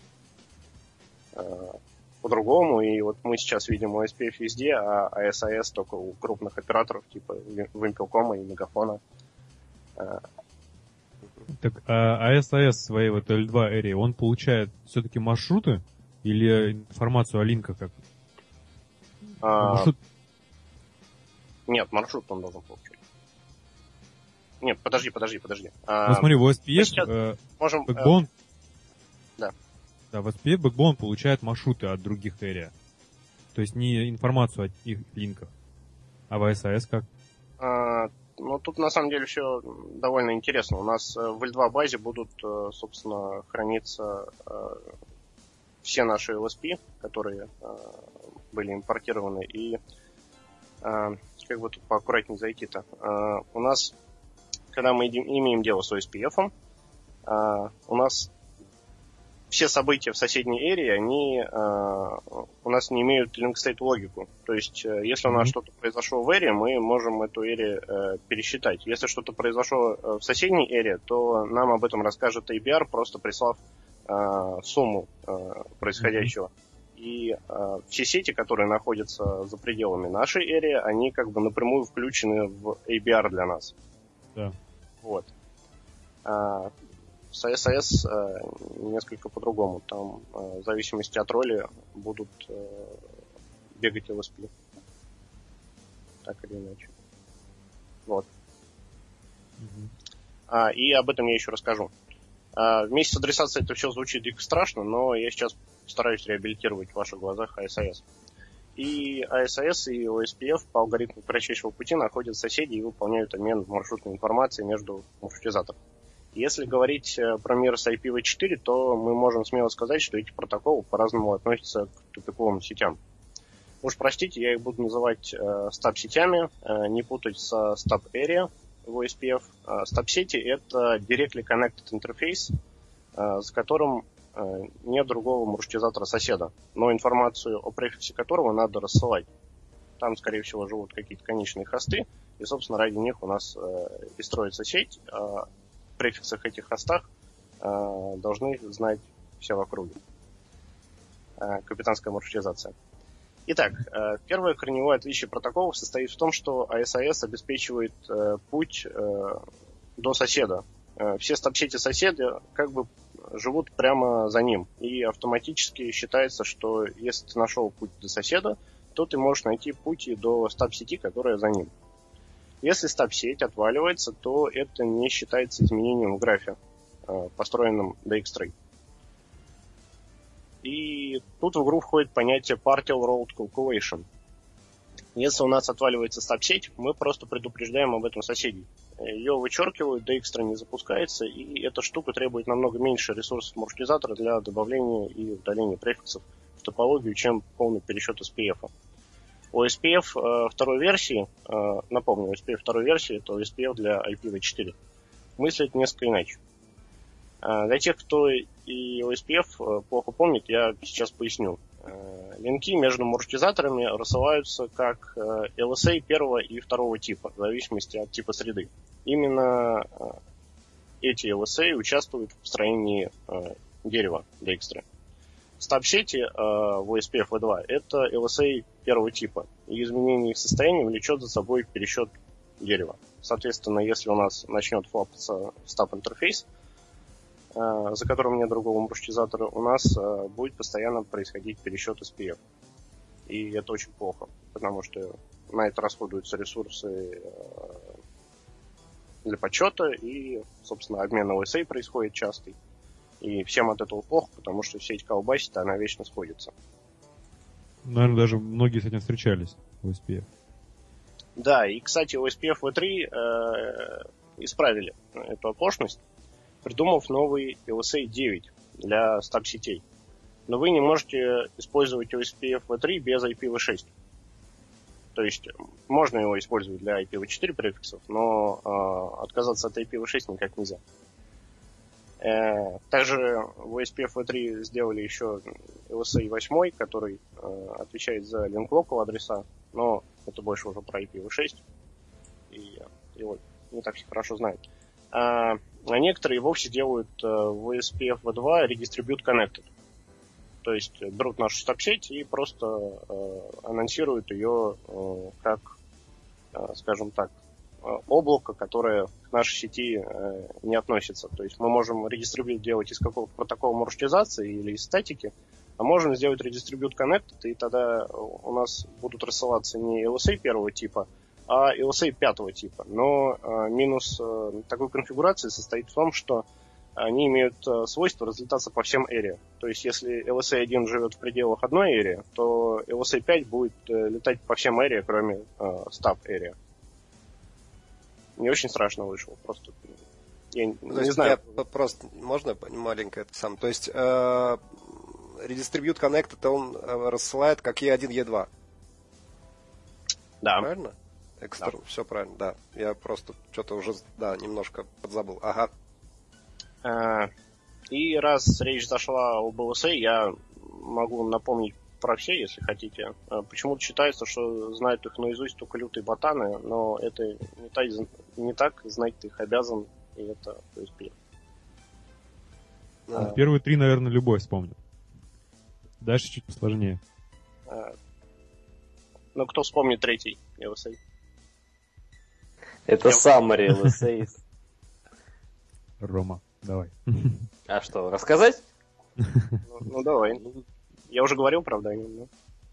э, по-другому, и вот мы сейчас видим о эс пи эф везде, а эй эс эй эс только у крупных операторов, типа Вимпелкома и Мегафона. Так, а эй эс эй эс в своей вот эл два эре, он получает все-таки маршруты или информацию о линках как? А... Маршрут... Нет, маршрут он должен получать. Нет, подожди, подожди, подожди. Ну смотри, в о эс пи эф э, можем... бэкбон... Э... Да. Да, в эс пи эф бэкбон получает маршруты от других area. То есть не информацию о их линках. А в эй эс эй эс как? А... Ну, тут на самом деле все довольно интересно. У нас в эл два базе будут, собственно, храниться все наши эл эс пи, которые были импортированы. И как бы тут поаккуратнее зайти-то. У нас, когда мы имеем дело с о эс пи эф, у нас все события в соседней эре, они э, у нас не имеют link state логику. То есть, э, если у нас mm-hmm. что-то произошло в эре, мы можем эту эре э, пересчитать. Если что-то произошло э, в соседней эре, то нам об этом расскажет эй би ар, просто прислав э, сумму э, происходящего. Mm-hmm. И э, все сети, которые находятся за пределами нашей эры, они как бы напрямую включены в эй би ар для нас. Да. Вот. А, с эй эс эй эс э, несколько по-другому. Там э, в зависимости от роли будут э, бегать эл эс пи. Так или иначе. Вот. Mm-hmm. А, и об этом я еще расскажу. А, вместе с адресацией это все звучит дико страшно, но я сейчас стараюсь реабилитировать в ваших глазах эй эс эй эс. И эй эс эй эс и о эс пи эф по алгоритму кратчайшего пути находят соседей и выполняют обмен маршрутной информацией между маршрутизаторами. Если говорить про мир с ай пи ви четыре, то мы можем смело сказать, что эти протоколы по-разному относятся к тупиковым сетям. Уж простите, я их буду называть э, стаб-сетями, э, не путать со стаб-area в о эс пи эф. Э, стаб-сети — это directly connected interface, э, с которым э, нет другого маршрутизатора-соседа, но информацию о префиксе которого надо рассылать. Там, скорее всего, живут какие-то конечные хосты, И, собственно, ради них у нас э, и строится сеть. Э, в префиксах этих хостах э, должны знать все в округе. Э, капитанская маршрутизация. Итак, э, первое корневое отличие протоколов состоит в том, что эй эс эй эс обеспечивает э, путь э, до соседа. Э, все стаб-сети соседа как бы живут прямо за ним. И автоматически считается, что если ты нашел путь до соседа, то ты можешь найти путь и до стаб-сети, которая за ним. Если стаб-сеть отваливается, то это не считается изменением в графе, построенном ди экс три. И тут в игру входит понятие Partial Road Calculation. Если у нас отваливается стаб-сеть, мы просто предупреждаем об этом соседей. Ее вычеркивают, ди экс три не запускается, и эта штука требует намного меньше ресурсов маршрутизатора для добавления и удаления префиксов в топологию, чем полный пересчет эс пи эф. о эс пи эф э, второй версии, э, напомню, о эс пи эф второй версии, это о эс пи эф для ай пи ви четыре, мыслит несколько иначе. Э, для тех, кто и о эс пи эф э, плохо помнит, я сейчас поясню. Э, линки между маршрутизаторами рассылаются как э, эл эс эй первого и второго типа, в зависимости от типа среды. Именно э, эти эл эс эй участвуют в построении э, дерева ди экс три. Стаб-сети э, в о эс пи эф ви два это эл эс эй первого типа, и изменение их состояния влечет за собой пересчет дерева. Соответственно, если у нас начнет флапаться стаб-интерфейс, э, за которым нет другого маршрутизатора, у нас э, будет постоянно происходить пересчет эс пи эф. И это очень плохо, потому что на это расходуются ресурсы э, для подсчета, и, собственно, обмен эл эс эй происходит частый. И всем от этого плохо, потому что сеть колбасит, она вечно сходится. Наверное, даже многие с этим встречались в о эс пи эф. Да, и, кстати, о эс пи эф ви три э, исправили эту оплошность, придумав новый эл эс эй девять для стаб-сетей. Но вы не можете использовать о эс пи эф ви три без ай пи ви шесть. То есть можно его использовать для ай пи ви четыре префиксов, но э, отказаться от ай пи ви шесть никак нельзя. Э, также в о эс пи эф ви три сделали еще эл эс эй восемь, который э, отвечает за link local адреса, но это больше уже про ай пи ви шесть, и его не так все хорошо знают. А, а некоторые вовсе делают э, в о эс пи эф ви два Redistribute Connected. То есть берут нашу стаб-сеть и просто э, анонсируют ее э, как, э, скажем так, облако, которое к нашей сети э, не относится. То есть мы можем Redistribute делать из какого-то протокола маршрутизации или из статики, а можем сделать Redistribute Connected, и тогда у нас будут рассылаться не эл эс эй первого типа, а эл эс эй пятого типа. Но э, минус э, такой конфигурации состоит в том, что они имеют э, свойство разлетаться по всем area. То есть если эл эс эй один живет в пределах одной area, то эл эс эй пять будет э, летать по всем area, кроме э, стаб area. Не очень страшно вышло, просто я не, не знаю. Я просто, можно маленько это сам? То есть э, Redistribute Connect это он рассылает как и один, и два. Да. Правильно? Экстер... Да. Все правильно, да. Я просто что-то уже, да, немножко подзабыл. Ага. Э, и раз речь зашла об эл эс эй, я могу напомнить про все, если хотите. Почему-то считается, что знают их наизусть только лютые ботаны, но это не так, не так знать ты их обязан, и это о эс пи эф. А, первые три, наверное, любой вспомнит. Дальше чуть посложнее. А, ну, кто вспомнит третий эл эс эй? Это summary эл эс эй. Рома, давай. А что, рассказать? Ну, ну давай. Я уже говорил, правда, о нем, но...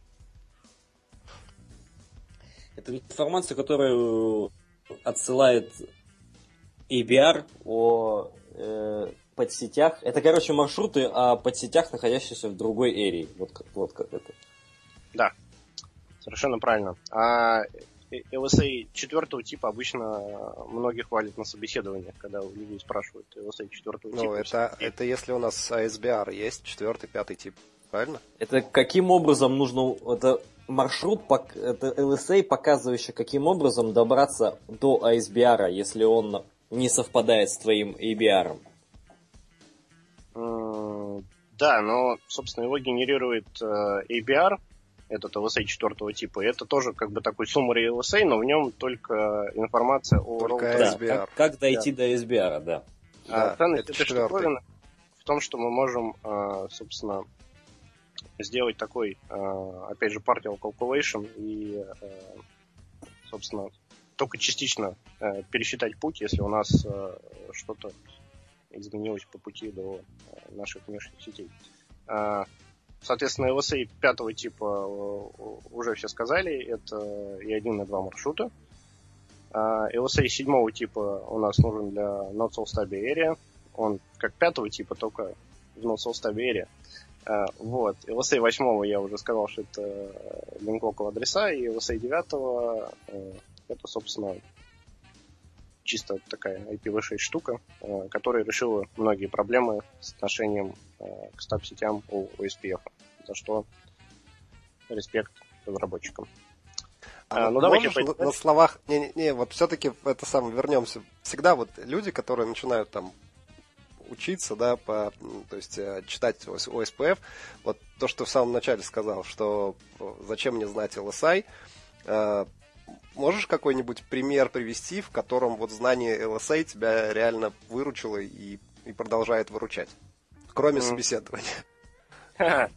Это информация, которую отсылает эй би ар о э, подсетях. Это, короче, маршруты о подсетях, находящихся в другой эрии. Вот как, вот как это. Да, совершенно правильно. А эл эс эй четвертого типа обычно многих хвалят на собеседованиях, когда у людей спрашивают эл эс эй четвертого типа. Ну, это, это если у нас эй эс би ар есть, четвертый, пятый тип. Правильно? Это каким образом нужно... Это маршрут, это эл эс эй, показывающий, каким образом добраться до эй эс би ар, если он не совпадает с твоим эй би ар. Mm, да, но, собственно, его генерирует эй би ар, этот эл эс эй четвертого типа. И это тоже как бы такой summary эл эс эй, но в нем только информация о... Только роутере. эс би ар. Да, как, как дойти да. до эс би ар, да. А да, ценность это этой четвертый. штуковины в том, что мы можем, собственно, сделать такой, опять же, partial calculation и, собственно, только частично пересчитать путь, если у нас что-то изменилось по пути до наших внешних сетей. Соответственно, эл эс эй пятого типа уже все сказали, это и один, и два маршрута. эл эс эй седьмого типа у нас нужен для Not So Stable Area. Он как пятого типа, только в Not So Stable Area. Uh, вот. эл эс эй восьмого я уже сказал, что это link local адреса, и эл эс эй девятого uh, это, собственно, чисто такая ай пи ви шесть штука, uh, которая решила многие проблемы с отношением uh, к стаб-сетям у о эс пи эф, за что респект разработчикам. А, а, ну, давайте можешь на, на словах... Не-не-не, вот все-таки это самое, вернемся. Всегда вот люди, которые начинают там учиться, да, по, то есть читать о эс пи эф, вот то, что ты в самом начале сказал, что зачем мне знать эл эс ай, э, можешь какой-нибудь пример привести, в котором вот знание эл эс ай тебя реально выручило и, и продолжает выручать, кроме mm. собеседования?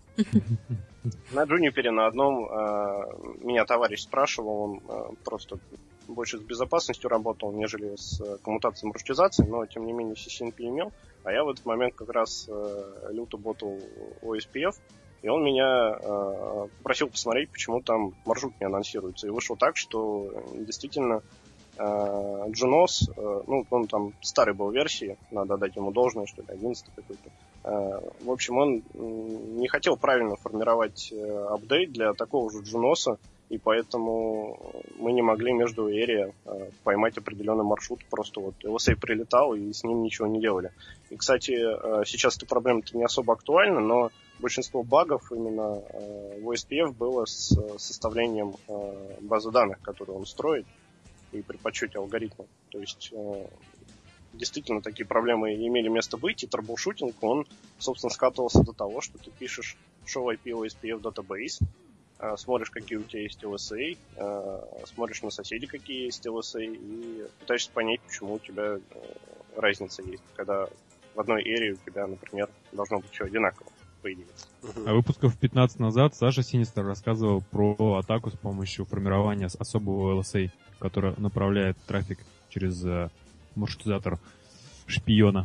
На Juniper на одном меня товарищ спрашивал, он просто больше с безопасностью работал, нежели с коммутацией и маршрутизацией, но тем не менее си си эн пи имел. А я в этот момент как раз э, люто ботал о эс пи эф, и он меня э, просил посмотреть, почему там маршрут не анонсируется. И вышло так, что действительно э, Junos, э, ну, он там старой был версии, надо дать ему должное, что ли, одиннадцатый какой-то. Э, в общем, он не хотел правильно формировать э, апдейт для такого же Junos, и поэтому мы не могли между area э, поймать определенный маршрут. Просто вот эл эс эй прилетал, и с ним ничего не делали. И, кстати, э, сейчас эта проблема-то не особо актуальна, но большинство багов именно э, в о эс пи эф было с составлением э, базы данных, которую он строит, и при подсчете алгоритма. То есть э, действительно такие проблемы имели место быть, и трэблшутинг, он, собственно, скатывался до того, что ты пишешь show ай пи о эс пи эф database, смотришь, какие у тебя есть эл эс эй, смотришь на соседей, какие есть эл эс эй, и пытаешься понять, почему у тебя разница есть, когда в одной эре у тебя, например, должно быть все одинаково, по идее. А выпусков пятнадцать назад Саша Синистер рассказывал про атаку с помощью формирования особого эл эс эй, который направляет трафик через маршрутизатор шпиона.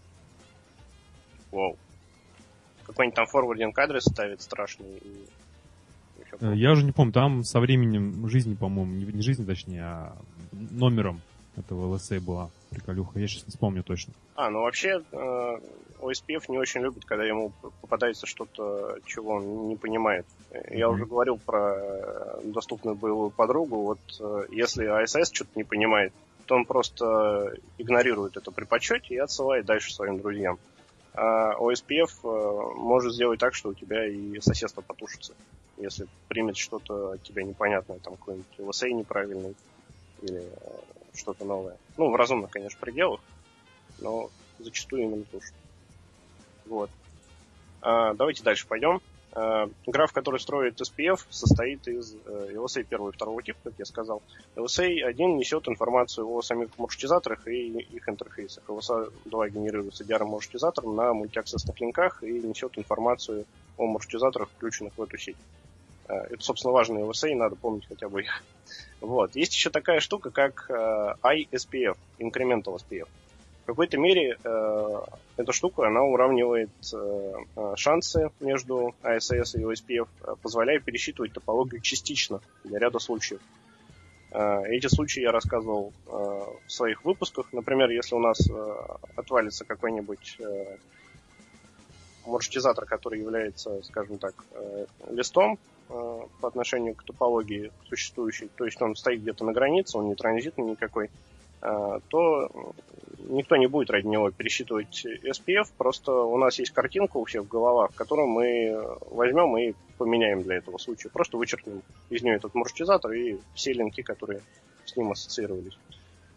Вау. Какой-нибудь там форвардинг адрес ставит страшный и... Я уже не помню, там со временем жизни, по-моему, не, не жизни, точнее, а номером этого эл эс эй была приколюха. Я сейчас не вспомню точно. А, ну вообще э, о эс пи эф не очень любит, когда ему попадается что-то, чего он не понимает. Mm-hmm. Я уже говорил про доступную боевую подругу. Вот э, если эй эс эс что-то не понимает, то он просто игнорирует это при подсчете и отсылает дальше своим друзьям. А о эс пи эф э, может сделать так, что у тебя и соседство потушится. Если примет что-то от тебя непонятное, там какой-нибудь эл эс эй неправильный или э, что-то новое. Ну, в разумных, конечно, пределах, но зачастую именно тушит. Вот. А, давайте дальше пойдем. А, граф, который строит эс пи эф, состоит из э, эл эс эй первого и второго типа, как я сказал. эл эс эй один несет информацию о самих маршрутизаторах и их интерфейсах. эл эс эй два генерируется ди ар эм-маршрутизатором на мультиаксессных линках и несет информацию о маршрутизаторах, включенных в эту сеть. Это, собственно, важные эл эс эй, надо помнить хотя бы их. Вот. Есть еще такая штука, как ай эс пи эф, Incremental эс пи эф. В какой-то мере э, эта штука, она уравнивает э, шансы между эй эс эс и о эс пи эф, позволяя пересчитывать топологию частично для ряда случаев. Э, эти случаи я рассказывал э, в своих выпусках. Например, если у нас э, отвалится какой-нибудь э, маршрутизатор, который является, скажем так, э, листом э, по отношению к топологии существующей, то есть он стоит где-то на границе, он не транзитный никакой, э, то никто не будет ради него пересчитывать эс пи эф, просто у нас есть картинка у всех в головах, которую мы возьмем и поменяем для этого случая. Просто вычеркнем из нее этот маршрутизатор и все линки, которые с ним ассоциировались.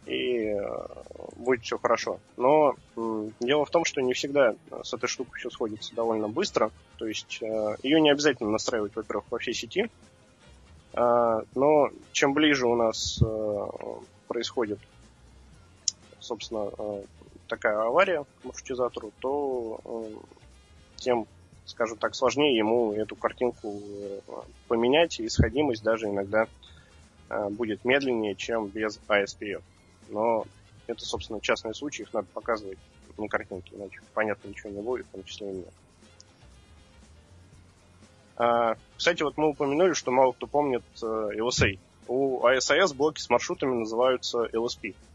и будет все хорошо. Но дело в том, что не всегда с этой штукой все сходится довольно быстро. То есть ее не обязательно настраивать, во-первых, во всей сети. Но чем ближе у нас происходит, собственно, такая авария к маршрутизатору, то тем, скажем так, сложнее ему эту картинку поменять, и исходимость даже иногда будет медленнее, чем без эй эс пи эф. Но это, собственно, частные случаи, их надо показывать на картинке, иначе понятно ничего не будет, в том числе и мне. А, кстати, вот мы упомянули, что мало кто помнит эл эс эй. У эй эс эй эс блоки с маршрутами называются эл эс пи.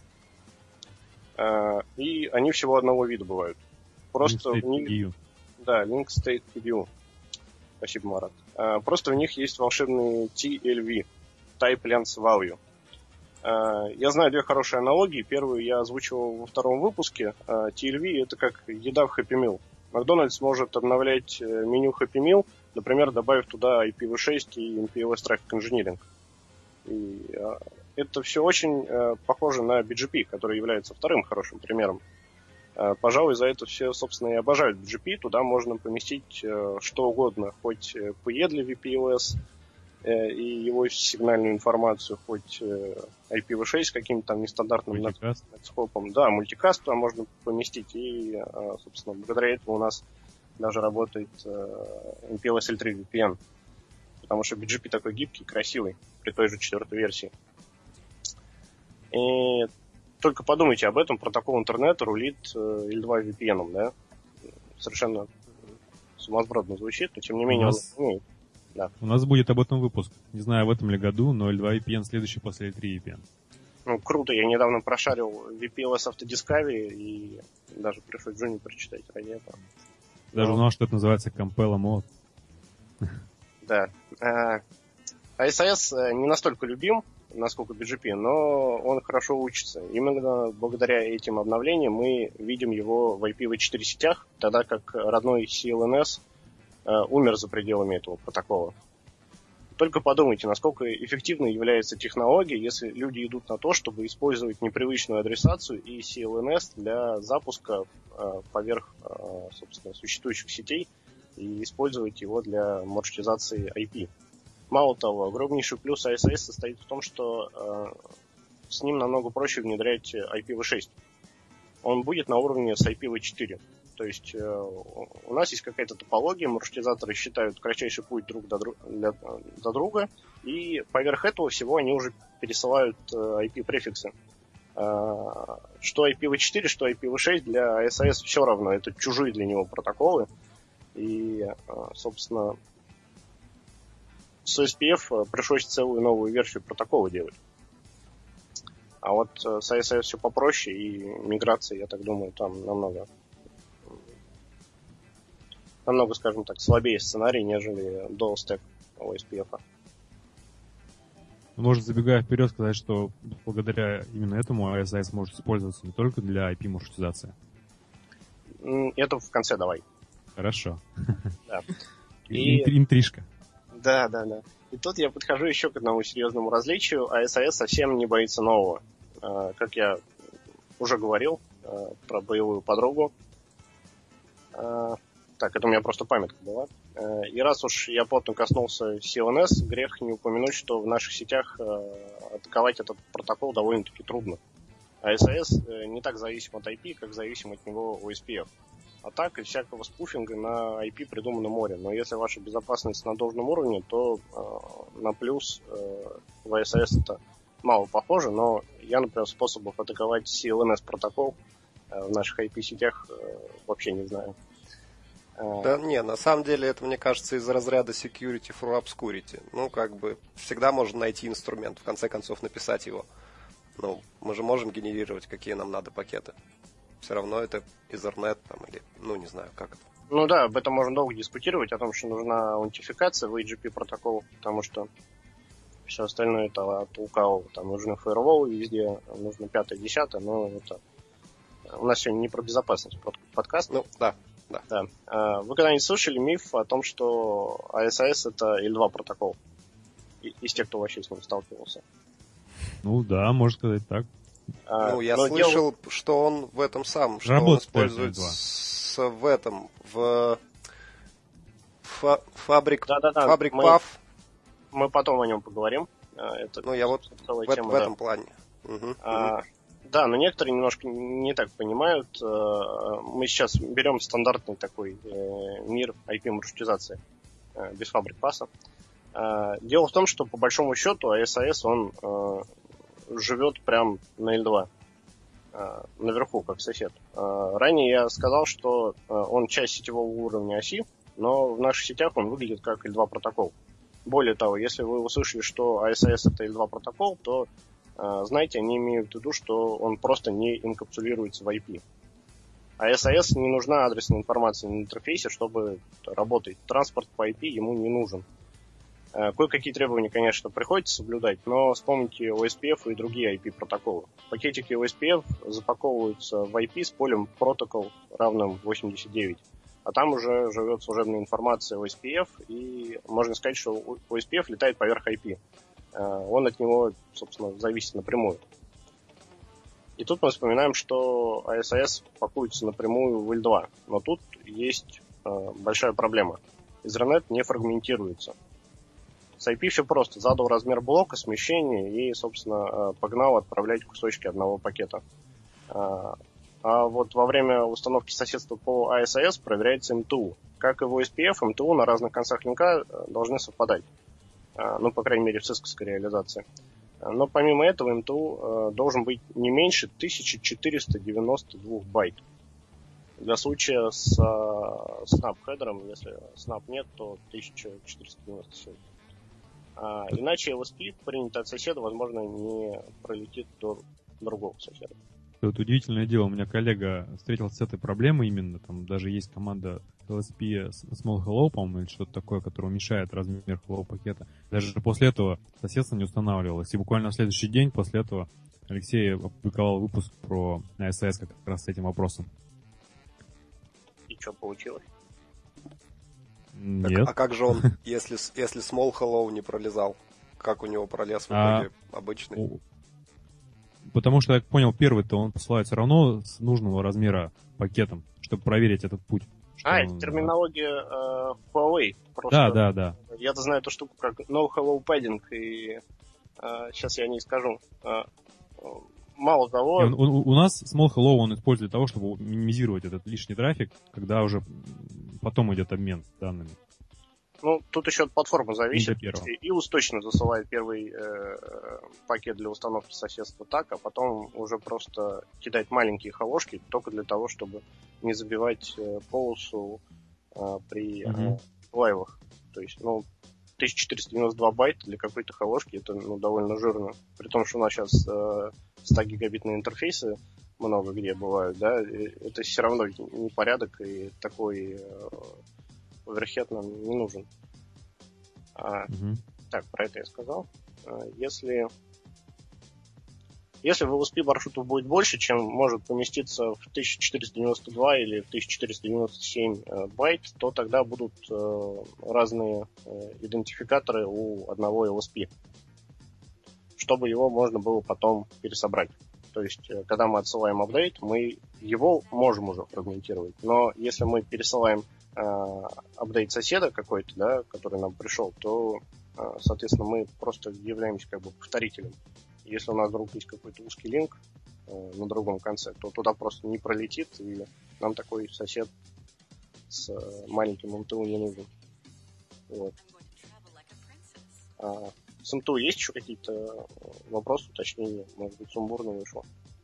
А, и они всего одного вида бывают. Просто в них... Да, Link State View. Спасибо, Марат. А, просто в них есть волшебный ти эл ви. Type Length Value. Я знаю две хорошие аналогии. Первую я озвучивал во втором выпуске. ти эл ви — это как еда в Happy Meal. Макдональдс может обновлять меню Happy Meal, например, добавив туда ай пи ви шесть и эм пи эл эс Traffic Engineering. И это все очень похоже на би джи пи, который является вторым хорошим примером. Пожалуй, за это все, собственно, и обожают би джи пи. Туда можно поместить что угодно, хоть пи и для ви пи эл эс, и его сигнальную информацию, хоть ай пи ви шесть с каким-то там нестандартным нетскопом. Да, мультикаст туда можно поместить, и, собственно, благодаря этому у нас даже работает эм пи эл эс эл три ви пи эн, потому что би джи пи такой гибкий, красивый, при той же четвертой версии. И только подумайте об этом, протокол интернета рулит эл два ви пи эн, да? Совершенно сумасбродно звучит, но тем не менее нас... он умеет. Да. У нас будет об этом выпуск. Не знаю, в этом ли году, но эл два ви пи эн следующий после эл три ви пи эн. Ну, круто. Я недавно прошарил ви пи эл эс Autodiscovery и даже пришлось Джуни прочитать ради этого. Даже но... узнал, что это называется Compella Mode. Да. эй эс эй эс не настолько любим, насколько би джи пи, но он хорошо учится. Именно благодаря этим обновлениям мы видим его в ай пи ви четыре сетях, тогда как родной си эл эн эс умер за пределами этого протокола. Только подумайте, насколько эффективной является технология, если люди идут на то, чтобы использовать непривычную адресацию и си эл эн эс для запуска э, поверх, э, собственно, существующих сетей и использовать его для маршрутизации ай пи. Мало того, огромнейший плюс эй эс эй эс состоит в том, что э, с ним намного проще внедрять ай пи ви шесть. Он будет на уровне с ай пи ви четыре. То есть э, у нас есть какая-то топология, маршрутизаторы считают кратчайший путь друг до, друг, для, до друга, и поверх этого всего они уже пересылают э, ай пи-префиксы. Э, что ай пи ви четыре, что ай пи ви шесть для эй эс эй эс все равно, это чужие для него протоколы. И, э, собственно, с эй эс пи эф пришлось целую новую версию протокола делать. А вот с эй эс эй эс все попроще, и миграция, я так думаю, там намного... намного, скажем так, слабее сценарий, нежели dual stack о эс пи эф. Можно, забегая вперед, сказать, что благодаря именно этому эй эс эй эс может использоваться не только для ай пи-маршрутизации. Это в конце давай. Хорошо. Да. И... Интрижка. Да, да, да. И тут я подхожу еще к одному серьезному различию. эй эс эй эс совсем не боится нового. Как я уже говорил про боевую подругу. Так, это у меня просто памятка была. И раз уж я плотно коснулся си эл эн эс, грех не упомянуть, что в наших сетях атаковать этот протокол довольно-таки трудно. эй эс эй эс не так зависим от ай пи, как зависим от него о эс пи эф. Атак и всякого спуфинга на ай пи придумано море. Но если ваша безопасность на должном уровне, то э, на плюс э, в эй эс эй эс это мало похоже. Но я, например, способов атаковать си эл эн эс протокол э, в наших ай пи-сетях э, вообще не знаю. Да не, на самом деле это, мне кажется, из разряда security for obscurity. Ну, как бы, всегда можно найти инструмент, в конце концов написать его. Ну, мы же можем генерировать, какие нам надо пакеты. Все равно это Ethernet там, или, ну, не знаю, как это. Ну да, об этом можно долго дискутировать, о том, что нужна аутентификация в эй джи пи протокол, потому что все остальное это от лукавого. Там нужны фаерволы везде, нужно пятое, десятое, но это... У нас сегодня не про безопасность подкаст. Ну, да. Да. Да. Вы когда-нибудь слышали миф о том, что эй эс эй эс это эл два протокол? Из тех, кто вообще с ним сталкивался. Ну да, можно сказать так. Ну, я слышал, дело... что он в этом самом, что Работает он используется в этом, в фа- фабрик, да, да, да. фабрик мы, паф. Мы потом о нем поговорим. Это ну, я вот в, тема, в этом да. плане. Угу, а, угу. Да, но некоторые немножко не так понимают. Мы сейчас берем стандартный такой мир ай пи-маршрутизации без фабрик паса. Дело в том, что по большому счету эй эс эй эс, он живет прям на эл два, наверху, как сосед. Ранее я сказал, что он часть сетевого уровня оси, но в наших сетях он выглядит как эл два протокол. Более того, если вы услышали, что эй эс эй эс это эл два протокол, то знаете, они имеют в виду, что он просто не инкапсулируется в ай пи. А эй эс эй эс не нужна адресная информация на интерфейсе, чтобы работать. Транспорт по ай пи ему не нужен. Кое-какие требования, конечно, приходится соблюдать, но вспомните о эс пи эф и другие ай пи-протоколы. Пакетики о эс пи эф запаковываются в ай пи с полем протокол равным восемьдесят девять. А там уже живет служебная информация о эс пи эф, и можно сказать, что о эс пи эф летает поверх ай пи. Он от него, собственно, зависит напрямую. И тут мы вспоминаем, что эй эс эй эс пакуется напрямую в эл два. Но тут есть большая проблема. Ethernet не фрагментируется. С ай пи все просто. Задал размер блока, смещение и, собственно, погнал отправлять кусочки одного пакета. А вот во время установки соседства по эй эс эй эс проверяется эм тэ у. Как и в о эс пи эф, эм тэ у на разных концах линка должны совпадать. Ну, по крайней мере, в цисковской реализации. Но помимо этого эм тэ у должен быть не меньше тысяча четыреста девяносто два байт. Для случая с снап-хедером, если снап нет, то тысяча четыреста девяносто семь. А, иначе эл эс пи, принятый от соседа, возможно, не пролетит до другого соседа. Вот удивительное дело, у меня коллега встретился с этой проблемой именно, там даже есть команда эл эс пи Small Hello, по-моему, или что-то такое, которое уменьшает размер Hello пакета. Даже после этого соседство не устанавливалось. И буквально в следующий день после этого Алексей опубликовал выпуск про эй эс эй эс как раз с этим вопросом. И что получилось? Нет. Так, а как же он, если, если Small Hello не пролезал? Как у него пролез в итоге а... обычный? Потому что, я понял, первый-то он посылает все равно с нужного размера пакетом, чтобы проверить этот путь. А, он... это терминология э, Huawei. Просто да, да, да. Я-то знаю эту штуку как No Hello Padding, и э, сейчас я не скажу. Э, мало того... Он, он, у нас Small Hello он использует для того, чтобы минимизировать этот лишний трафик, когда уже потом идет обмен данными. Ну, тут еще от платформы зависит. ай о эс точно засылает первый э, пакет для установки соседства так, а потом уже просто кидает маленькие холошки только для того, чтобы не забивать э, полосу э, при э, лайвах. То есть, ну, тысяча четыреста девяносто два байта для какой-то холошки это ну, довольно жирно. При том, что у нас сейчас э, сто гигабитные интерфейсы много где бывают, да, это все равно не порядок, и такой... Э, оверхед нам не нужен. А, uh-huh. Так, про это я сказал. А, если, если в эл эс пи маршрутов будет больше, чем может поместиться в тысяча четыреста девяносто два или в тысяча четыреста девяносто семь э, байт, то тогда будут э, разные э, идентификаторы у одного эл эс пи, чтобы его можно было потом пересобрать. То есть, э, когда мы отсылаем апдейт, мы его можем уже фрагментировать. Но если мы пересылаем апдейт соседа какой-то, да, который нам пришел, то, соответственно, мы просто являемся как бы повторителем. Если у нас вдруг есть какой-то узкий линк на другом конце, то туда просто не пролетит, и нам такой сосед с маленьким эм тэ у не нужен. Вот. А с эм тэ у есть еще какие-то вопросы, уточнения? Может быть, сумбурно вышло?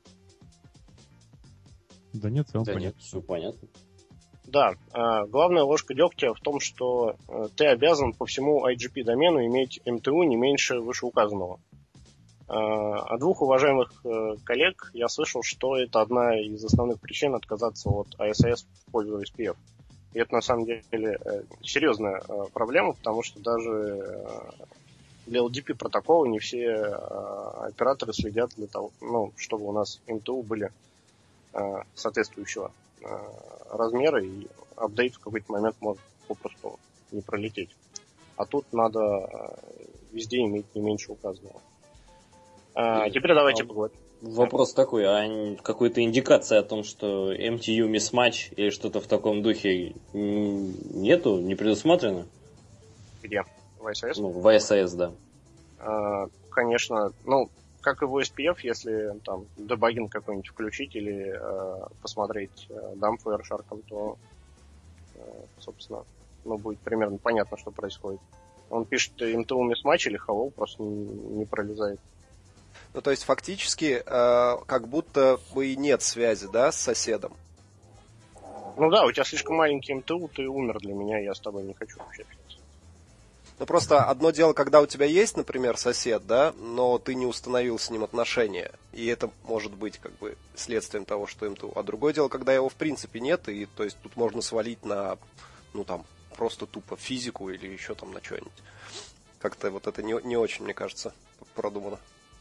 Да нет, все да понятно. Нет, все понятно. Да, главная ложка дегтя в том, что ты обязан по всему ай джи пи-домену иметь эм тэ у не меньше вышеуказанного. От двух уважаемых коллег я слышал, что это одна из основных причин отказаться от эй эс эй эс в пользу эс пи эф. И это на самом деле серьезная проблема, потому что даже для эл ди пи протокола не все операторы следят для того, ну, чтобы у нас эм тэ у были соответствующего размера, и апдейт в какой-то момент может попросту не пролететь. А тут надо везде иметь не меньше указанного. А, теперь давайте а, поговорим. Вопрос такой, а какой-то индикации о том, что эм ти ю mismatch или что-то в таком духе нету, не предусмотрено? Где? В ай эс эс? Ну, в ай эс эс, да. А, конечно, ну, как и в о эс пи эф, если там дебагинг какой-нибудь включить или э, посмотреть э, дамп Wireshark, то, э, собственно, ну, будет примерно понятно, что происходит. Он пишет эм ти ю mismatch или hello, просто не, не пролезает. Ну, то есть, фактически, э, как будто бы и нет связи, да, с соседом? Ну да, у тебя слишком маленький эм ти ю, ты умер для меня, я с тобой не хочу общаться. Ну, просто одно дело, когда у тебя есть, например, сосед, да, но ты не установил с ним отношения, и это может быть, как бы, следствием того, что эм ти ю. А другое дело, когда его, в принципе, нет, и, то есть, тут можно свалить на, ну, там, просто тупо физику или еще там на что-нибудь. Как-то вот это не, не очень, мне кажется, продумано.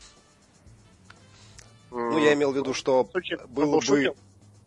Mm. Ну, я имел в виду, что было бы...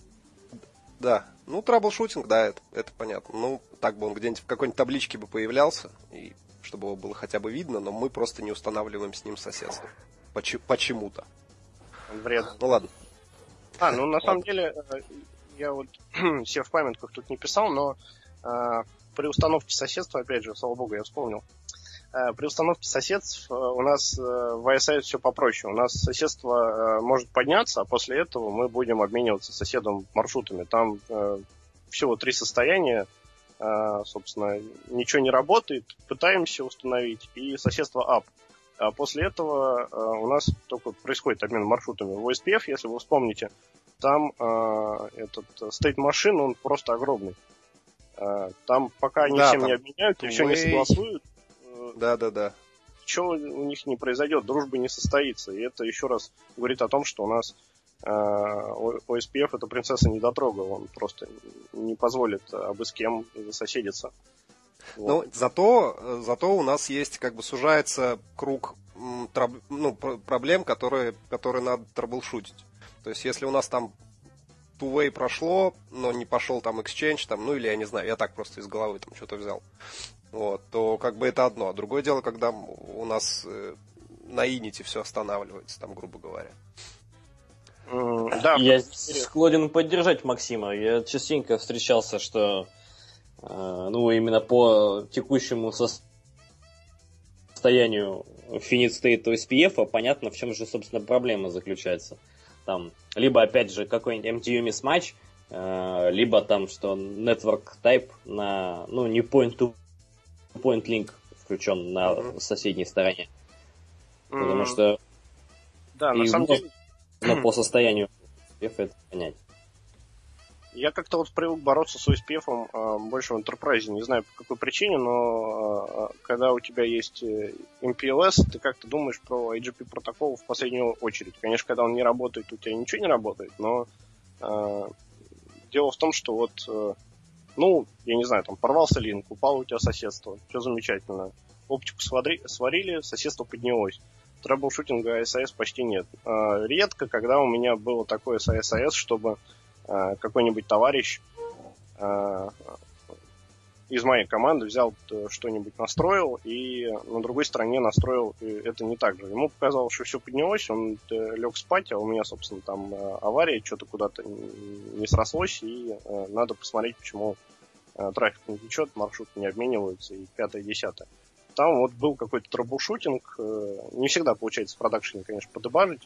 Да, ну, траблшутинг, да, это, это понятно. Ну, так бы он где-нибудь в какой-нибудь табличке бы появлялся, и чтобы его было хотя бы видно, но мы просто не устанавливаем с ним соседство. Поч- почему-то. Вредно. Ну, ладно. А, ну, на самом деле, я вот себе в памятках тут не писал, но э, при установке соседства, опять же, слава богу, я вспомнил, э, при установке соседств э, у нас э, в ай эс эс все попроще. У нас соседство э, может подняться, а после этого мы будем обмениваться с соседом маршрутами. Там э, всего три состояния, э, собственно, ничего не работает, пытаемся установить, и соседство up. А после этого э, у нас только происходит обмен маршрутами. В о эс пи эф, если вы вспомните, там э, этот state машин, он просто огромный. Э, там пока они да, всем не обменяют и все не согласуют, э, да, да, да. ничего у них не произойдет, дружба не состоится. И это еще раз говорит о том, что у нас э, о эс пи эф это принцесса недотрога. Он просто не позволит абы с кем засоседиться. Вот. Ну, зато, зато у нас есть, как бы, сужается круг траб, ну, проблем, которые, которые надо траблшутить. То есть, если у нас там two-way прошло, но не пошел там exchange, там, ну, или я не знаю, я так просто из головы там что-то взял, вот, то как бы это одно. А другое дело, когда у нас э, на инете все останавливается, там, грубо говоря. Mm, да, я склонен поддержать Максима. Я частенько встречался, что ну, именно по текущему состоянию finite state о эс пи эф, понятно, в чем же, собственно, проблема заключается. Там, либо, опять же, какой-нибудь эм ти ю mismatch, либо там, что network type на, ну, не point-to-point link включен на mm-hmm. соседней стороне. Mm-hmm. Потому что да, на самом деле... но по состоянию это понять. Я как-то вот привык бороться с о эс пи эф э, больше в Enterprise, не знаю по какой причине, но э, когда у тебя есть эм пи эл эс, ты как-то думаешь про эй джи пи протокол в последнюю очередь. Конечно, когда он не работает, у тебя ничего не работает, но э, дело в том, что вот, э, ну, я не знаю, там порвался линк, упало у тебя соседство, все замечательно. Оптику свари, сварили, соседство поднялось. Трэблшутинга эй эс эс почти нет. Э, редко, когда у меня было такое с эй эс эс, чтобы какой-нибудь товарищ э, из моей команды взял что-нибудь, настроил, и на другой стороне настроил это не так же. Ему показалось, что все поднялось, он лег спать, а у меня, собственно, там авария, что-то куда-то не срослось, и э, надо посмотреть, почему э, трафик не течет, маршруты не обмениваются, и пятое, десятое. Там вот был какой-то трэблшутинг, э, не всегда получается в продакшене, конечно, подебажить,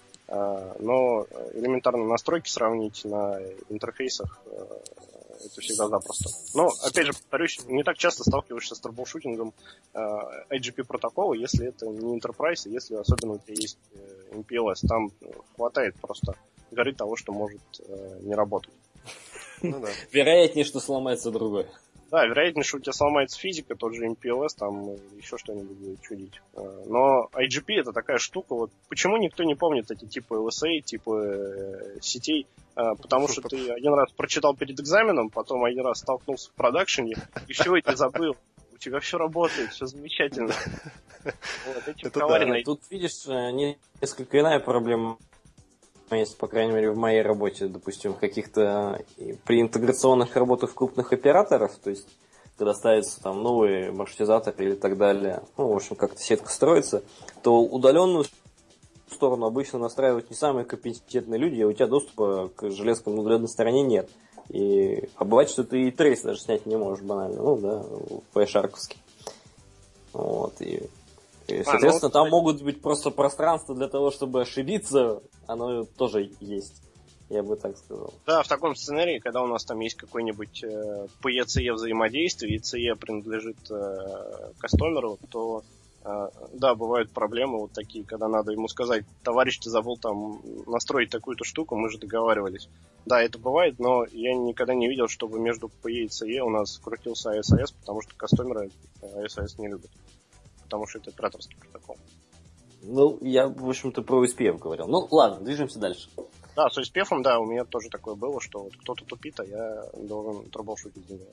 но элементарно настройки сравнить на интерфейсах это всегда запросто. Но, опять же, повторюсь, не так часто сталкиваешься с трэблшутингом эй джи пи протокола, если это не Enterprise, если особенно у тебя есть эм пи эл эс. Там хватает просто горы того, что может не работать. Ну, да. Вероятнее, что сломается другой. Да, вероятнее, что у тебя сломается физика, тот же эм пи эл эс, там еще что-нибудь будет чудить. Но ай джи пи это такая штука, вот почему никто не помнит эти типы эл эс эй, типы сетей? Потому что ты один раз прочитал перед экзаменом, потом один раз столкнулся в продакшене, и все, и ты забыл. У тебя все работает, все замечательно. Вот, эти да. Тут, видишь, несколько иная проблема. Есть, по крайней мере, в моей работе, допустим, каких-то при интеграционных работах крупных операторов, то есть, когда ставятся там новые маршрутизаторы или так далее, ну, в общем, как-то сетка строится, то удаленную сторону обычно настраивают не самые компетентные люди, а у тебя доступа к железной внутренней стороне нет. И, а бывает, что ты и трейс даже снять не можешь банально, ну да, флеш-арковский. Вот, и, и соответственно, а, ну, там могут быть просто пространства для того, чтобы ошибиться, оно тоже есть. Я бы так сказал. Да, в таком сценарии, когда у нас там есть какой-нибудь э, пи и си и взаимодействие, и си и принадлежит э, кастомеру, то э, да, бывают проблемы вот такие, когда надо ему сказать: товарищ, ты забыл там настроить такую-то штуку, мы же договаривались. Да, это бывает, но я никогда не видел, чтобы между пи и си и у нас крутился эй эс эй эс, потому что кастомеры эй эс эй эс не любят. Потому что это операторский протокол. Ну, я, в общем-то, про эй эс пи эф говорил. Ну, ладно, движемся дальше. Да, с эй эс пи эф, да, у меня тоже такое было, что вот кто-то тупит, а я должен трэблшутить за него.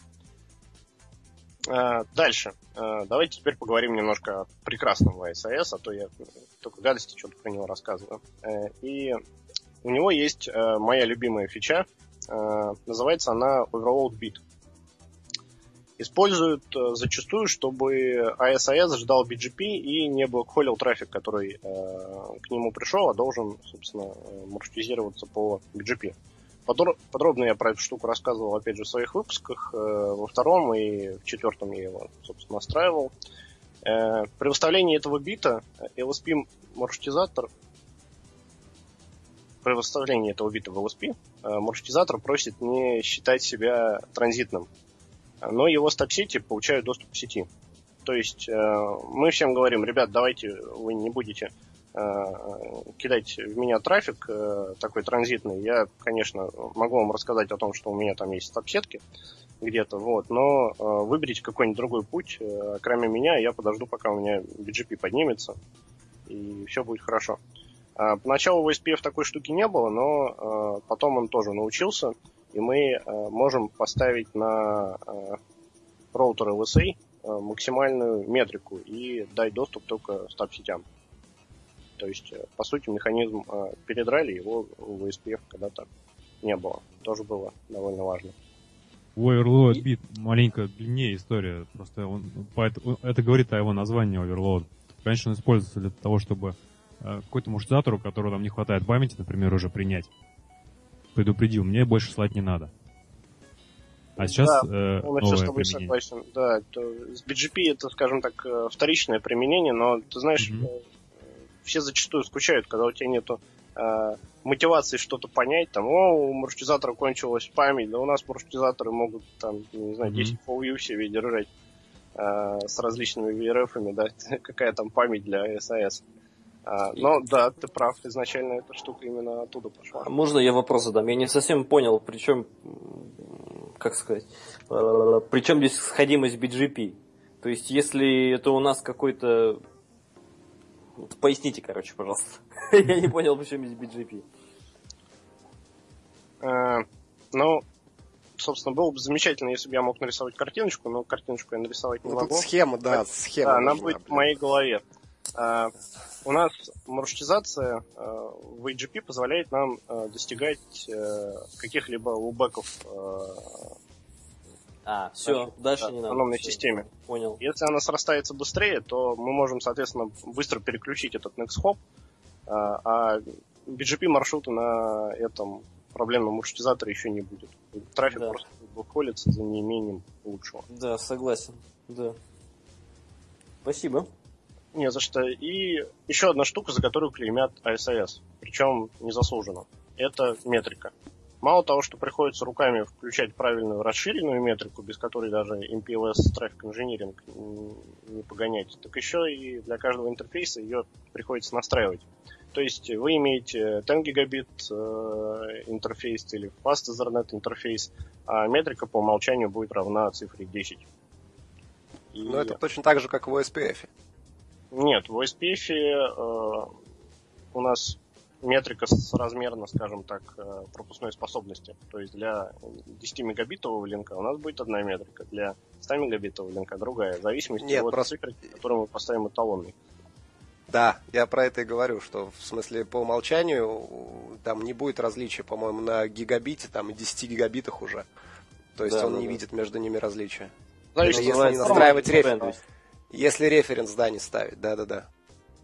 А, дальше. А, давайте теперь поговорим немножко о прекрасном эй эс эй эс, а то я только гадости что-то про него рассказываю. А, и у него есть а, моя любимая фича. А, называется она Overload Bit. Используют а, зачастую, чтобы эй эс эй эс ждал би джи пи и не блокхолил трафик, который а, к нему пришел, а должен, собственно, маршрутизироваться по би джи пи. Подро- подробно я про эту штуку рассказывал, опять же, в своих выпусках. А, во втором и в четвертом я его, собственно, настраивал. А, при выставлении этого бита эл эс пи-маршрутизатор при выставлении этого бита в эл эс пи а, маршрутизатор просит не считать себя транзитным, но его стаб-сети получают доступ к сети. То есть э, мы всем говорим: ребят, давайте вы не будете э, кидать в меня трафик э, такой транзитный. Я, конечно, могу вам рассказать о том, что у меня там есть стаб-сетки где-то, вот, но э, выберите какой-нибудь другой путь, э, кроме меня, я подожду, пока у меня би джи пи поднимется, и все будет хорошо. А, поначалу в эй эс пи эф такой штуки не было, но э, потом он тоже научился. И мы э, можем поставить на э, роутер эл эс эй э, максимальную метрику и дать доступ только стаб-сетям. То есть, э, по сути, механизм э, передрали, его в эй эс пи эф когда-то не было. Тоже было довольно важно. Overload Bit маленько длиннее история. Просто он, это говорит о его названии Overload. Раньше он используется для того, чтобы э, какой-то маршрутизатору, у которого там не хватает памяти, например, уже принять, предупредил, мне больше слать не надо. А сейчас да, э, новое применение. Согласен. Да, то, с би джи пи это, скажем так, вторичное применение, но ты знаешь, mm-hmm. все зачастую скучают, когда у тебя нету э, мотивации что-то понять, там, о, у маршрутизатора кончилась память, да у нас маршрутизаторы могут там, не знаю, десять mm-hmm. фолл ю себе держать э, с различными ви эр эф-ами, да, какая там память для эй эс эй эс. А, но да, ты прав, изначально эта штука именно оттуда пошла. Можно я вопрос задам? Я не совсем понял, причем, как сказать, причем здесь сходимость би джи пи? То есть, если это у нас какой-то... Поясните, короче, пожалуйста. Я не понял, почему здесь би джи пи. Ну, собственно, было бы замечательно, если бы я мог нарисовать картиночку, но картиночку я нарисовать не могу. Тут схема, да, схема. Она будет в моей голове. Uh, у нас маршрутизация uh, в эй джи пи позволяет нам uh, достигать uh, каких-либо лубеков uh, а, все, дальше да, не надо. В автономной системе. Понял. Если она срастается быстрее, то мы можем, соответственно, быстро переключить этот next hop, uh, а би джи пи маршрута на этом проблемном маршрутизаторе еще не будет. Трафик да. просто блокхолится за неимением лучшего. Да, согласен. Да. Спасибо. Не за что. И еще одна штука, за которую клеймят эй эс эй эс. Причем незаслуженно. Это метрика. Мало того, что приходится руками включать правильную расширенную метрику, без которой даже эм пи эл эс Traffic Engineering не погонять, так еще и для каждого интерфейса ее приходится настраивать. То есть вы имеете десять гигабит интерфейс или Fast Ethernet интерфейс, а метрика по умолчанию будет равна цифре десять. И... Но это точно так же, как в эй эс пи эф. Нет, в эй эс пи эф э, у нас метрика соразмерна, скажем так, пропускной способности. То есть для десятимегабитового линка у нас будет одна метрика, для ста мегабитового линка другая, в зависимости Нет, от просто... цифры, которую мы поставим эталонный. Да, я про это и говорю, что в смысле по умолчанию там не будет различия, по-моему, на гигабите там и десяти гигабитах уже. То есть да, он да, не да. видит между ними различия. Зависит, если не настраивать референс. Если референс, да, не ставить, да-да-да.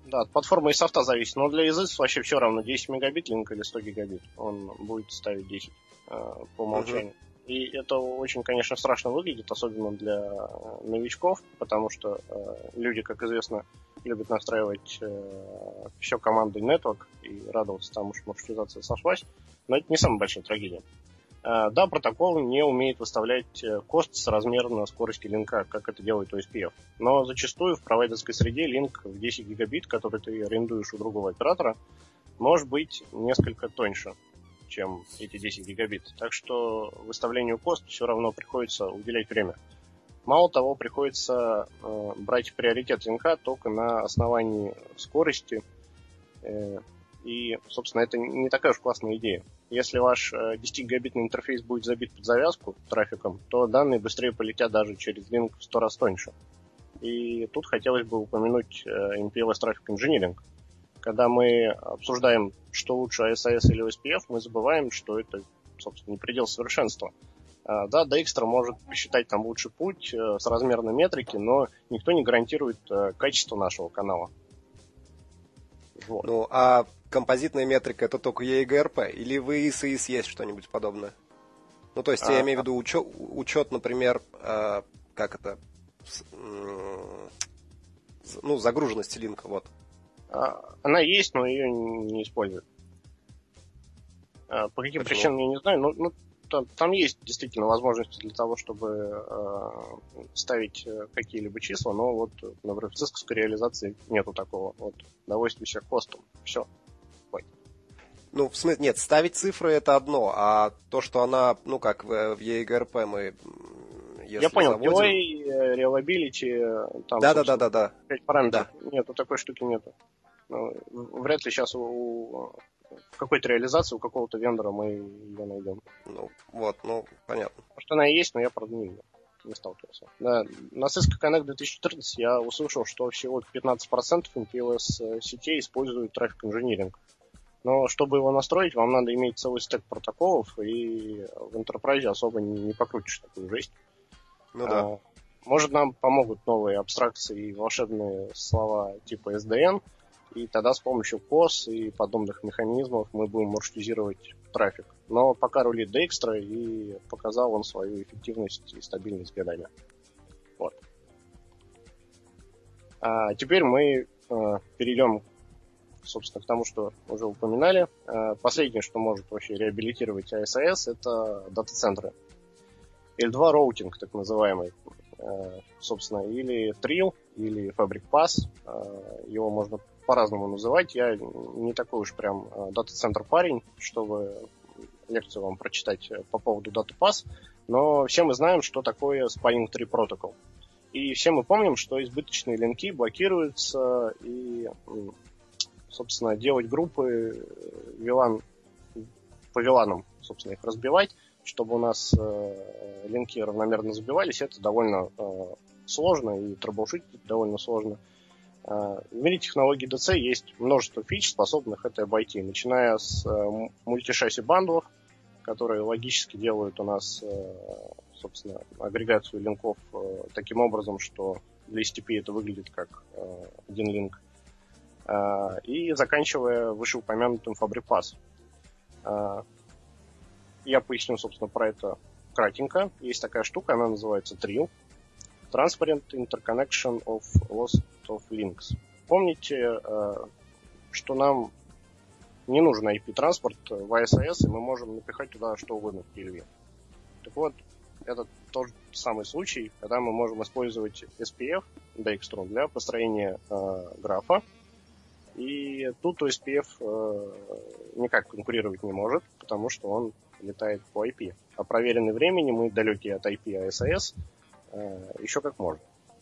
Да, от платформы и софта зависит. Но для ИЗИС вообще все равно, десять мегабит линк или сто гигабит. Он будет ставить десять э, по умолчанию. Uh-huh. И это очень, конечно, страшно выглядит, особенно для новичков, потому что э, люди, как известно, любят настраивать э, все командой Network и радоваться тому, что маршрутизация сошлась. Но это не самая большая трагедия. Э, да, протокол не умеет выставлять кост соразмерно скорости линка, как это делает о эс пи эф. Но зачастую в провайдерской среде линк в десять гигабит, который ты арендуешь у другого оператора, может быть несколько тоньше, чем эти десять гигабит. Так что выставлению кост все равно приходится уделять время. Мало того, приходится э, брать приоритет линка только на основании скорости. Э, и, собственно, это не такая уж классная идея. Если ваш э, десятигигабитный интерфейс будет забит под завязку трафиком, то данные быстрее полетят даже через линк в сто раз тоньше. И тут хотелось бы упомянуть э, эм пи эл эс Traffic Engineering. Когда мы обсуждаем, что лучше эй эс эй эс или о эс пи эф, мы забываем, что это, собственно, не предел совершенства. А, да, Dijkstra может посчитать там лучший путь э, с размерной метрики, но никто не гарантирует э, качество нашего канала. Вот. Ну, а композитная метрика это только и эй джи ар пи? Или в ИИС и ИИС есть что-нибудь подобное? Ну, то есть, а, я имею в виду учет, учет например, э, как это, с, э, ну, загруженности линка, вот. Она есть, но ее не используют. По каким Почему? причинам, я не знаю. Но, ну, там, там есть действительно возможности для того, чтобы э, ставить какие-либо числа, но вот, например, в цисковской реализации нету такого. Вот, довольствуйся костом. Все. Ой. Ну, в смысле, нет, ставить цифры это одно, а то, что она, ну, как в, в и джи ар пи мы... Если я понял, заводим... delay, reliability, там, да, да, да, да, да. пять параметров. Да. Нету, такой штуки нету. Ну, вряд ли сейчас у, в какой-то реализации у какого-то вендора мы ее найдем. Ну, вот, ну, понятно. Может, она и есть, но я, правда, не видел. Не сталкивался. Да, на Cisco Connect две тысячи четырнадцать я услышал, что всего пятнадцать процентов эм пи эл эс сетей используют Traffic Engineering. Но чтобы его настроить, вам надо иметь целый стек протоколов, и в Enterprise особо не, не покрутишь такую жесть. Ну да. А, может, нам помогут новые абстракции и волшебные слова типа эс ди эн, и тогда с помощью кос и подобных механизмов мы будем маршрутизировать трафик. Но пока рулит Dijkstra, и показал он свою эффективность и стабильность годами. Вот. А теперь мы а, перейдем, собственно, к тому, что уже упоминали. А, последнее, что может вообще реабилитировать эй эс эй эс, это дата-центры. эл два роутинг, так называемый, э, собственно, или Trill, или Fabric Pass, э, его можно по-разному называть. Я не такой уж прям э, дата-центр парень, чтобы лекцию вам прочитать по поводу Data Pass, но все мы знаем, что такое Spanning Tree Protocol. И все мы помним, что избыточные линки блокируются, и, собственно, делать группы вилан, по виланам, собственно, их разбивать, чтобы у нас э, линки равномерно забивались, это довольно э, сложно, и трэблшутить довольно сложно. Э, в мире технологий ди си есть множество фич, способных это обойти, начиная с э, мультишасси бандов, которые логически делают у нас, э, собственно, агрегацию линков э, таким образом, что для эс ти пи это выглядит как э, один линк, э, и заканчивая вышеупомянутым Fabric Pass. Э, Я поясню, собственно, про это кратенько. Есть такая штука, она называется Trill. Transparent Interconnection of Loss of Links. Помните, что нам не нужен ай пи-транспорт в эй эс эй эс, и мы можем напихать туда что угодно в пи эл ви. Так вот, это тот самый случай, когда мы можем использовать эс пи эф, Dijkstra, для построения э, графа. И тут о эс пи эф э, никак конкурировать не может, потому что он летает по ай пи. А проверенный временем мы далекие от ай пи эй эс эй эс э, еще как можно.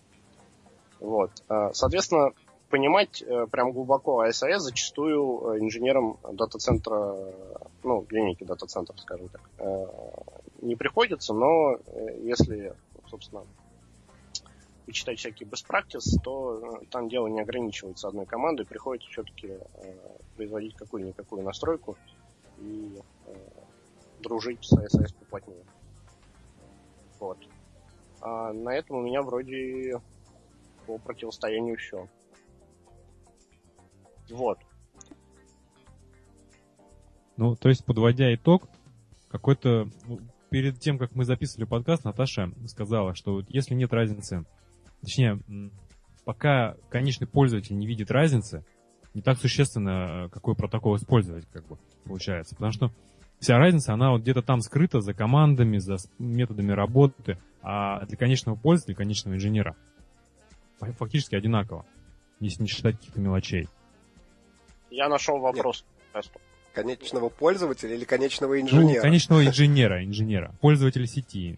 Вот. Соответственно, понимать э, прям глубоко эй эс эй эс зачастую инженерам дата-центра, ну, линейки дата-центра, скажем так, э, не приходится, но э, если, собственно, почитать всякие best practice, то э, там дело не ограничивается одной командой, приходится все-таки э, производить какую-никакую настройку и э, дружить с эй эс эй эс поплотнее. Вот. А на этом у меня вроде по противостоянию все. Вот. Ну, то есть, подводя итог, какой-то... Перед тем, как мы записывали подкаст, Наташа сказала, что вот если нет разницы, точнее, пока конечный пользователь не видит разницы, не так существенно, какой протокол использовать, как бы, получается. Потому что вся разница, она вот где-то там скрыта за командами, за методами работы, а для конечного пользователя, конечного инженера фактически одинаково, если не считать каких-то мелочей. Я нашел вопрос. Нет. Конечного пользователя или конечного инженера? Ну, конечного инженера, инженера, пользователя сети.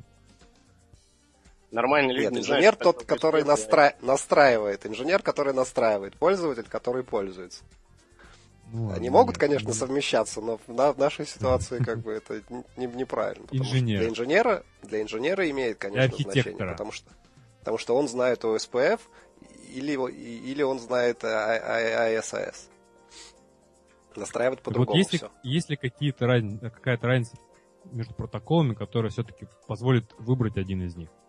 Нормальный Нет, инженер тот, который настра... настраивает. Инженер, который настраивает. Пользователь, который пользуется. Ну, Они могут, нет, конечно, нет. совмещаться, но в, на, в нашей ситуации как бы это не, неправильно. Инженер. Для инженера, для инженера имеет, конечно, значение, потому что, потому что он знает о эс пи эф или, или он знает эй эс эс. Настраивать по-другому вот если, все. Есть ли какие-то разни... какая-то разница между протоколами, которая все-таки позволит выбрать один из них?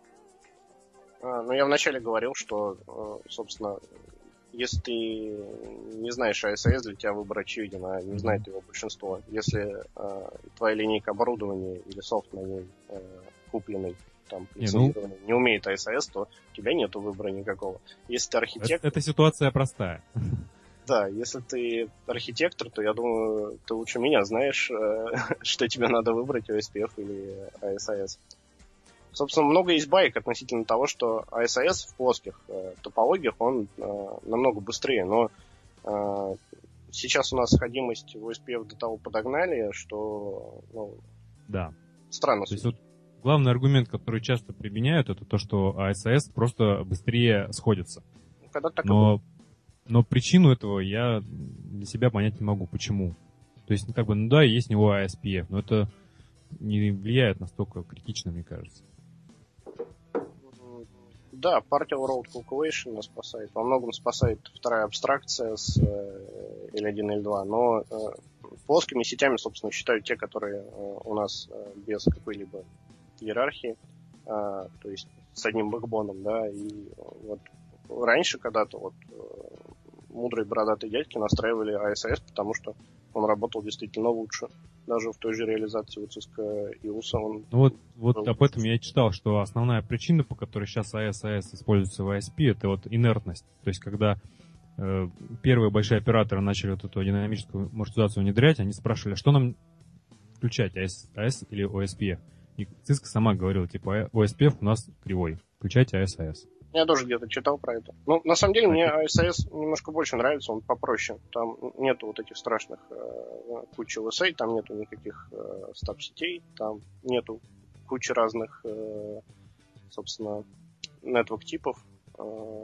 А, ну, я вначале говорил, что, собственно, если ты не знаешь эй эс эс, для тебя выбор очевиден, а не знает его большинство. Если а, твоя линейка оборудования или софт на ней а, купленный, там, лицензированный, не, ну... не умеет эй эс эс, то у тебя нет выбора никакого. Если ты архитектор... Это, это ситуация простая. Да, если ты архитектор, то я думаю, ты лучше меня знаешь, что тебе надо выбрать, о эс пи эф или эй эс эс. Собственно, много есть баек относительно того, что эй эс эс в плоских э, топологиях, он э, намного быстрее, но э, сейчас у нас сходимость в о эс пи эф до того подогнали, что ну, да. странно. То есть вот главный аргумент, который часто применяют, это то, что эй эс эс просто быстрее сходится. Когда так но, но причину этого я для себя понять не могу, почему. То есть, как бы, ну да, есть у него эй эс пи эф, но это не влияет настолько критично, мне кажется. Да, Partial Road Calculation нас спасает. Во многом спасает вторая абстракция с э, эл один, эл два, но э, плоскими сетями, собственно, считают те, которые э, у нас э, без какой-либо иерархии, э, то есть с одним бэкбоном, да, и вот раньше когда-то вот э, мудрые бородатые дядьки настраивали эй эс эс, потому что он работал действительно лучше. Даже в той же реализации у Cisco и у эй он... Ну вот, вот об этом я и читал, что основная причина, по которой сейчас эй эс эс используется в ай эс пи, это вот инертность. То есть, когда э, первые большие операторы начали вот эту динамическую маршрутизацию внедрять, они спрашивали, что нам включать, эй эс эс или о эс пи эф. И Cisco сама говорила, типа, о эс пи эф у нас кривой, включайте эй эс эс. Я тоже где-то читал про это. Ну, на самом деле, мне эй эс эс немножко больше нравится, он попроще. Там нету вот этих страшных э, кучи эл эс эй, там нету никаких э, стаб-сетей, там нету кучи разных, э, собственно, network-типов, э,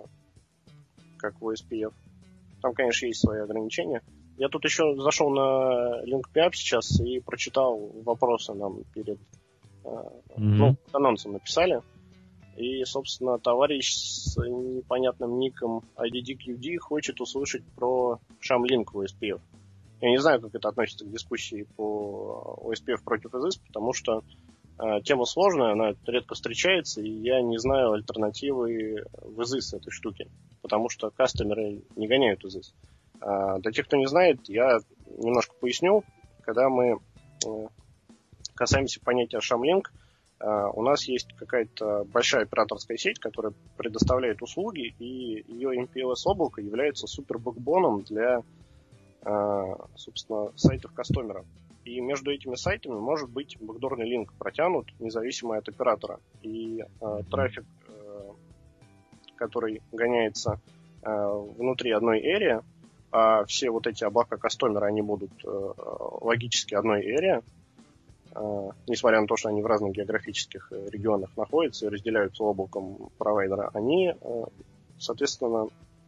как в о эс пи эф. Там, конечно, есть свои ограничения. Я тут еще зашел на LinkPub сейчас и прочитал вопросы нам перед э, mm-hmm. ну, анонсом написали. И, собственно, товарищ с непонятным ником ай ди ди кью ди хочет услышать про ShamLink в о эс пи эф. Я не знаю, как это относится к дискуссии по о эс пи эф против ИЗИС, потому что э, тема сложная, она редко встречается, и я не знаю альтернативы в ИЗИС этой штуки, потому что кастомеры не гоняют ИЗИС. Э, для тех, кто не знает, я немножко поясню. Когда мы э, касаемся понятия ShamLink, Uh, у нас есть какая-то большая операторская сеть, которая предоставляет услуги, и ее эм пи эл эс-облако является супер-бэкбоном для, uh, собственно, сайтов кастомера. И между этими сайтами может быть бэкдорный линк протянут, независимо от оператора. И uh, трафик, uh, который гоняется uh, внутри одной area, а все вот эти облака кастомера, они будут uh, логически одной area, Uh, несмотря на то, что они в разных географических регионах находятся и разделяются облаком провайдера, они, uh, соответственно,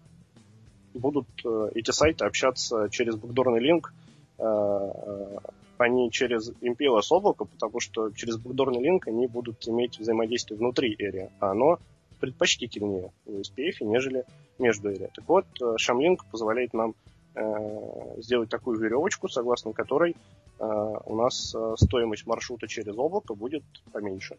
будут uh, эти сайты общаться через бэкдорный линк, uh, а не через эм пи эл эс-облако, потому что через бэкдорный линк они будут иметь взаимодействие внутри area, а оно предпочтительнее в о эс пи эф, нежели между area. Так вот, uh, ShamLink позволяет нам uh, сделать такую веревочку, согласно которой Uh, у нас uh, стоимость маршрута через облако будет поменьше.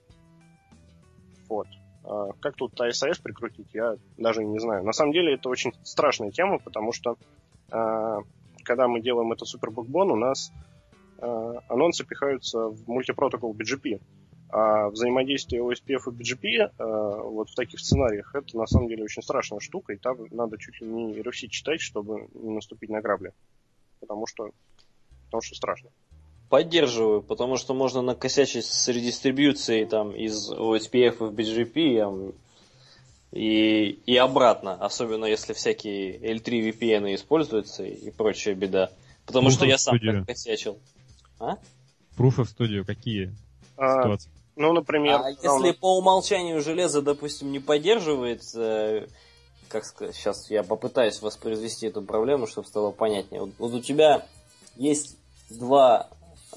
Вот. Uh, как тут эй эс эс прикрутить, я даже не знаю. На самом деле это очень страшная тема, потому что когда мы делаем это супер бэкбон, у нас анонсы пихаются в мультипротокол би джи пи. А взаимодействие о эс пи эф и би джи пи вот в таких сценариях это на самом деле очень страшная штука, и там надо чуть ли не эр эф си читать, чтобы не наступить на грабли. Потому что, потому что страшно. Поддерживаю, потому что можно накосячить с редистрибьюцией там, из о эс пи эф в би джи пи и, и обратно, особенно если всякие эл три ви пи эн используются и прочая беда. Потому Proof что я сам так косячил. А? Proof of Studio какие а, ситуации? Ну, например... А если по умолчанию железо, допустим, не поддерживает... Э, как сказать, сейчас я попытаюсь воспроизвести эту проблему, чтобы стало понятнее. Вот, вот у тебя есть два...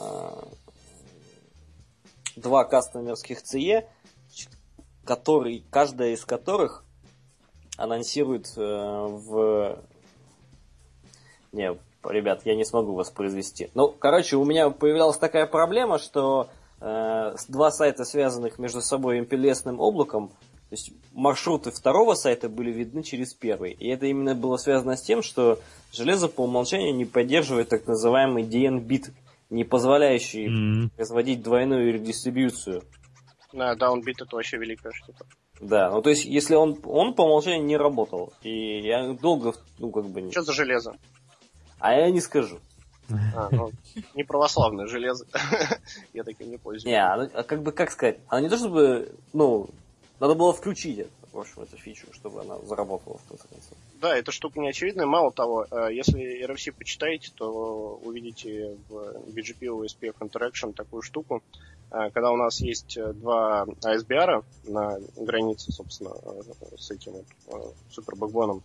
два кастомерских си и, который, каждая из которых анонсирует э, в... Не, ребят, я не смогу воспроизвести. Ну, короче, у меня появлялась такая проблема, что э, два сайта, связанных между собой эм пи эл эс-ным облаком, то есть маршруты второго сайта были видны через первый. И это именно было связано с тем, что железо по умолчанию не поддерживает так называемый ди эн-бит, не позволяющий mm-hmm. производить двойную редистрибьюцию. Да, даунбит это вообще великая штука. Да, ну то есть, если он, он по умолчанию не работал. И я долго, ну как бы... Что за железо? А я не скажу. А, ну, не православное железо. Я таким не пользуюсь. Не, а, а как бы, как сказать, она не то чтобы, ну, надо было включить это, в общем, эту фичу, чтобы она заработала в конце концов. Да, эта штука неочевидная. Мало того, если эр эф си почитаете, то увидите в би джи пи о эс пи эф Interaction такую штуку, когда у нас есть два эй эс би ар на границе, собственно, с этим вот супербэкбоном.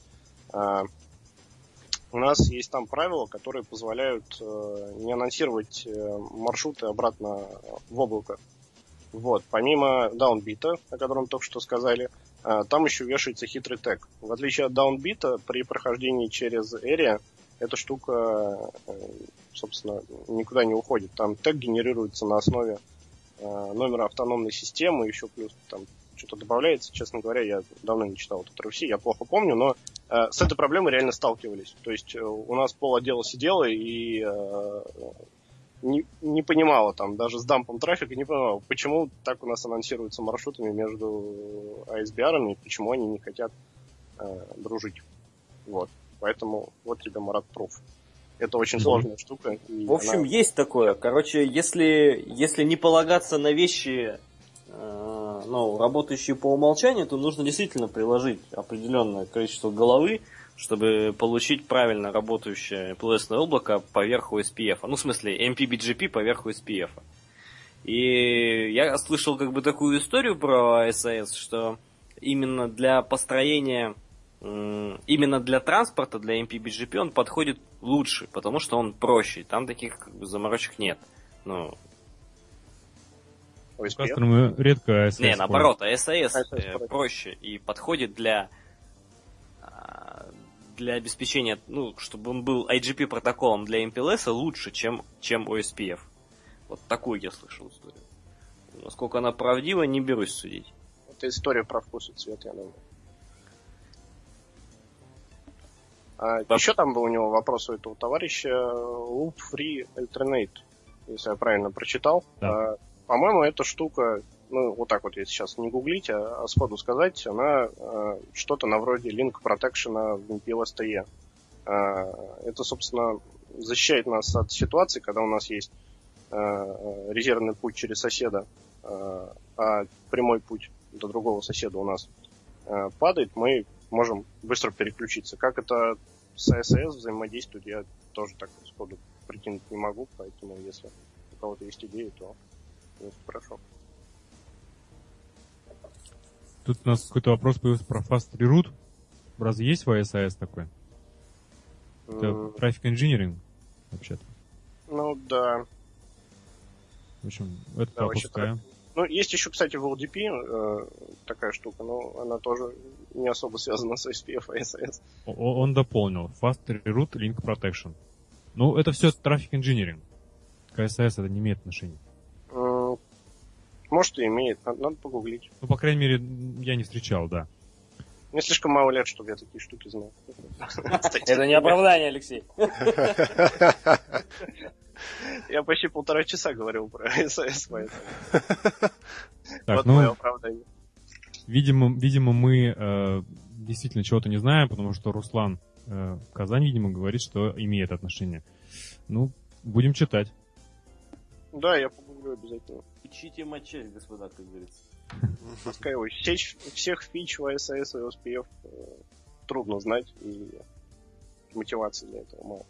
У нас есть там правила, которые позволяют не анонсировать маршруты обратно в облако. Вот. Помимо даунбита, о котором только что сказали, там еще вешается хитрый тег. В отличие от даунбита, при прохождении через area эта штука, собственно, никуда не уходит. Там тег генерируется на основе номера автономной системы, еще плюс там что-то добавляется. Честно говоря, я давно не читал этот эр эф си, я плохо помню, но э, с этой проблемой реально сталкивались. То есть э, у нас пол отдела сидело и э, не, не понимала там, даже с дампом трафика, не понимала, почему так у нас анонсируются маршрутами между эй эс би ар-ами, почему они не хотят э, дружить. Вот. Поэтому вот тебе, Марат, Proof. Это очень сложная штука. В общем, она... есть такое. Короче, если, если не полагаться на вещи, э, ну, работающие по умолчанию, то нужно действительно приложить определенное количество головы, чтобы получить правильно работающее эм пи эл эс-ное облако поверх о эс пи эф. Ну, в смысле, эм пи би джи пи поверх о эс пи эф. И я слышал как бы такую историю про эс эй эс, что именно для построения... Именно для транспорта, для эм пи би джи пи он подходит лучше, потому что он проще. Там таких как бы заморочек нет. Ну, Кастомеры редко эс эй эс. Не, наоборот, эс эй эс проще и подходит для для обеспечения, ну, чтобы он был ай джи пи протоколом для эм пи эл эс лучше, чем, чем о эс пи эф. Вот такую я слышал историю. Насколько она правдива, не берусь судить. Это история про вкус и цвет, я думаю. А да. Еще там был у него вопрос у этого товарища Loop Free Alternate, если я правильно прочитал. Да. А, по-моему, эта штука, ну, вот так вот, если сейчас не гуглить, а, а сходу сказать, она а, что-то на вроде Link Protection в эм пи эл эс ти и. А, это, собственно, защищает нас от ситуации, когда у нас есть а, резервный путь через соседа, а, а прямой путь до другого соседа у нас а, падает, мы можем быстро переключиться. Как это с эс эй эс взаимодействует, я тоже так сходу прикинуть не могу, поэтому если у кого-то есть идеи, то есть хорошо. Тут у нас какой-то вопрос появился про Fast Reroute. Разве есть в эс эй эс такой? Это mm. Traffic Engineering, вообще-то. Ну, да. В общем, это да, пропускаем. Ну, есть еще, кстати, в эл ди пи э, такая штука, но она тоже не особо связана с эй эс пи эф и эс эй эс. Он, он дополнил. Fast Reroute Link Protection. Ну, это все Traffic Engineering. К эс эй эс это не имеет отношения. Mm, может, и имеет. Надо, надо погуглить. Ну, по крайней мере, я не встречал, да. Мне слишком мало лет, чтобы я такие штуки знал. Это не оправдание, Алексей. Я почти полтора часа говорил про эс эс, поэтому... Так, вот ну, мое оправдание. Видимо, видимо мы э, действительно чего-то не знаем, потому что Руслан э, Казань, видимо, говорит, что имеет отношение. Ну, будем читать. Да, я погуглю обязательно. Ищите матчасть, господа, как говорится. Пускай его сеть всех фич в эс эс и о эс пи эф э, трудно знать, и мотивации для этого мало.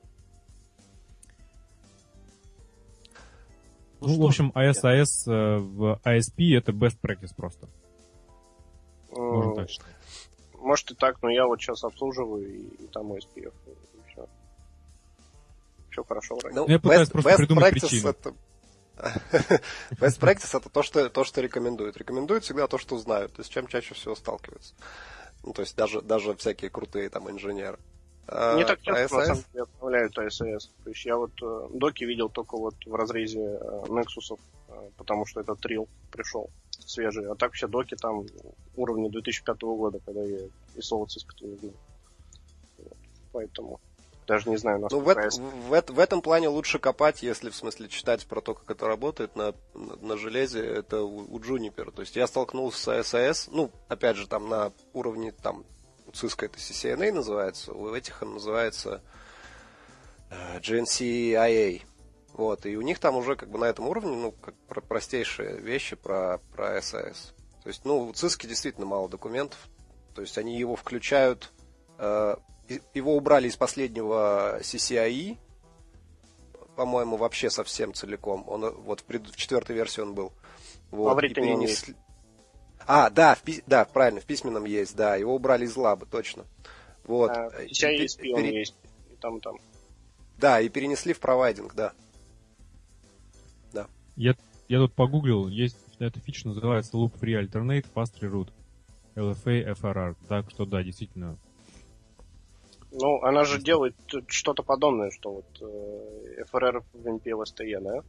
Ну, ну в общем, эй эс эй эс э, в эй эс пи это best practice просто. Можно так считать. Может и так, но я вот сейчас обслуживаю, и, и там о эс пи эф, и, и все. Все хорошо вроде. Ну, я пытаюсь best, просто best придумать practice причину. Это... Best practice это то что, то, что рекомендуют. Рекомендуют всегда то, что знают, то есть с чем чаще всего сталкиваются. Ну, то есть даже, даже всякие крутые там инженеры. Не так часто, эй эс эй на эс? самом деле, обновляют эй эс эс. То есть я вот э, доки видел только вот в разрезе э, Nexus'ов, э, потому что этот трил пришел свежий. А так все доки там уровня две тысячи пятого года, когда я и соло Cisco не знал. Вот. Поэтому даже не знаю, насколько... Ну, в, в, в, в этом плане лучше копать, если в смысле читать про то, как это работает на, на, на железе, это у, у Juniper. То есть я столкнулся с эй эс эй эс, ну, опять же, там на уровне там у Cisco это си си эн эй называется, у этих он называется uh, джи эн си ай эй. Вот, и у них там уже как бы на этом уровне, ну, как про простейшие вещи про, про эй эс эй эс. То есть, ну, у Cisco действительно мало документов. То есть они его включают, э, его убрали из последнего си си ай и, по-моему, вообще совсем целиком. Он вот в, пред, в четвертой версии он был. Вот, а и перенесли... А, да, в пи... да, правильно, в письменном есть, да, его убрали из лаба, точно. Вот. А, в си ай эс пи он Пере... есть, и там, и там. Да, и перенесли в провайдинг, да. Да. Я, я тут погуглил, есть эта фича, называется Loop Free Alternate Fast Reroute. эл эф эй эф ар ар. Так что да, действительно. Ну, она же делает что-то подобное, что вот э, эф ар ар в эн пи эл эс ти и, да?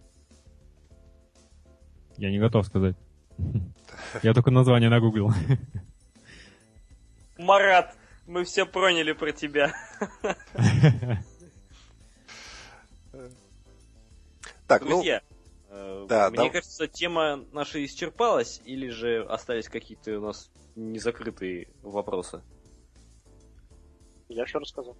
Я не готов сказать. Я только название нагуглил. Марат, мы все поняли про тебя. Так, друзья, ну, да, мне да. кажется, тема наша исчерпалась, или же остались какие-то у нас незакрытые вопросы? Я все рассказал.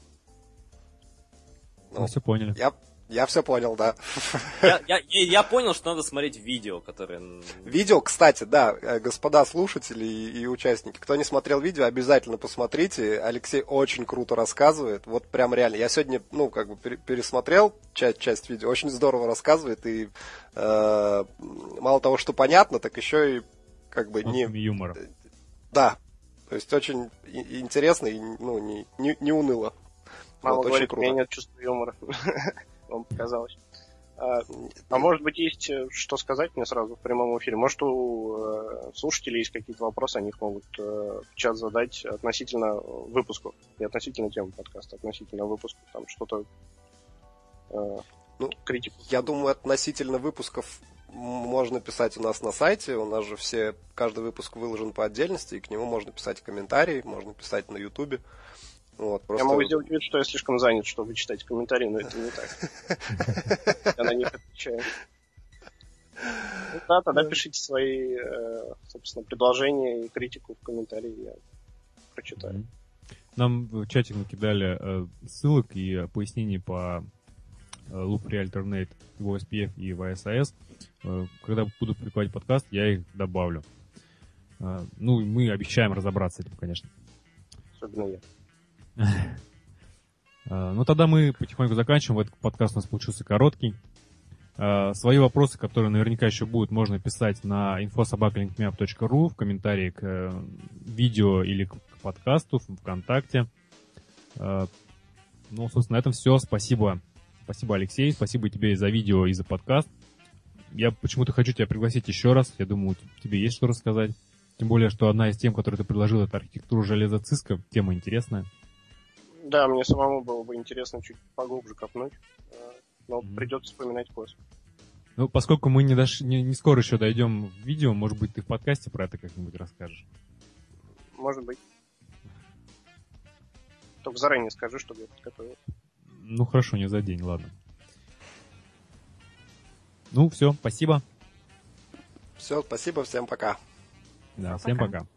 Ну, мы все поняли. Я, я все понял, да. Я, я, я понял, что надо смотреть видео, которое... Видео, кстати, да, господа слушатели и, и участники, кто не смотрел видео, обязательно посмотрите. Алексей очень круто рассказывает. Вот прям реально. Я сегодня, ну, как бы пересмотрел часть, часть видео. Очень здорово рассказывает. И э, мало того, что понятно, так еще и как бы не... юмора. Да. То есть очень интересно и ну, не, не, не уныло. Мама вот, говорит, у меня нет чувства юмора. Вам показалось. А, а может быть, есть что сказать мне сразу в прямом эфире? Может, у э, слушателей есть какие-то вопросы, они их могут э, в чат задать относительно выпусков. И относительно темы подкаста, относительно выпусков. Там что-то... Э, ну, критику. Я думаю, относительно выпусков можно писать у нас на сайте. У нас же все... Каждый выпуск выложен по отдельности, и к нему можно писать комментарии, можно писать на Ютубе. Вот, просто... Я могу сделать вид, что я слишком занят, чтобы читать комментарии, но это не так. Я на них отвечаю. Ну да, тогда пишите свои, собственно, предложения и критику в комментарии, я прочитаю. Нам в чатик накидали ссылок и пояснений по Loop Free Alternate в о эс пи эф и в эй эс эй эс. Когда буду публиковать подкаст, я их добавлю. Ну, мы обещаем разобраться с этим, конечно. Особенно я. Ну, тогда мы потихоньку заканчиваем. Этот подкаст у нас получился короткий. Свои вопросы, которые наверняка еще будут, можно писать на инфо собака линкмеап точка ру в комментарии к видео или к подкасту в ВКонтакте. Ну, собственно, на этом все. Спасибо. Спасибо, Алексей. Спасибо тебе и за видео, и за подкаст. Я почему-то хочу тебя пригласить еще раз. Я думаю, тебе есть что рассказать. Тем более, что одна из тем, которую ты предложил, это архитектура железа Cisco. Тема интересная. Да, мне самому было бы интересно чуть поглубже копнуть, но mm-hmm. придется вспоминать после. Ну, поскольку мы не, дош... не, не скоро еще дойдем в видео, может быть, ты в подкасте про это как-нибудь расскажешь? может быть. Только заранее скажи, чтобы я подготовил. Ну хорошо, не за день, ладно. Ну все, спасибо. Все, спасибо, всем пока. Да, Пока. всем пока.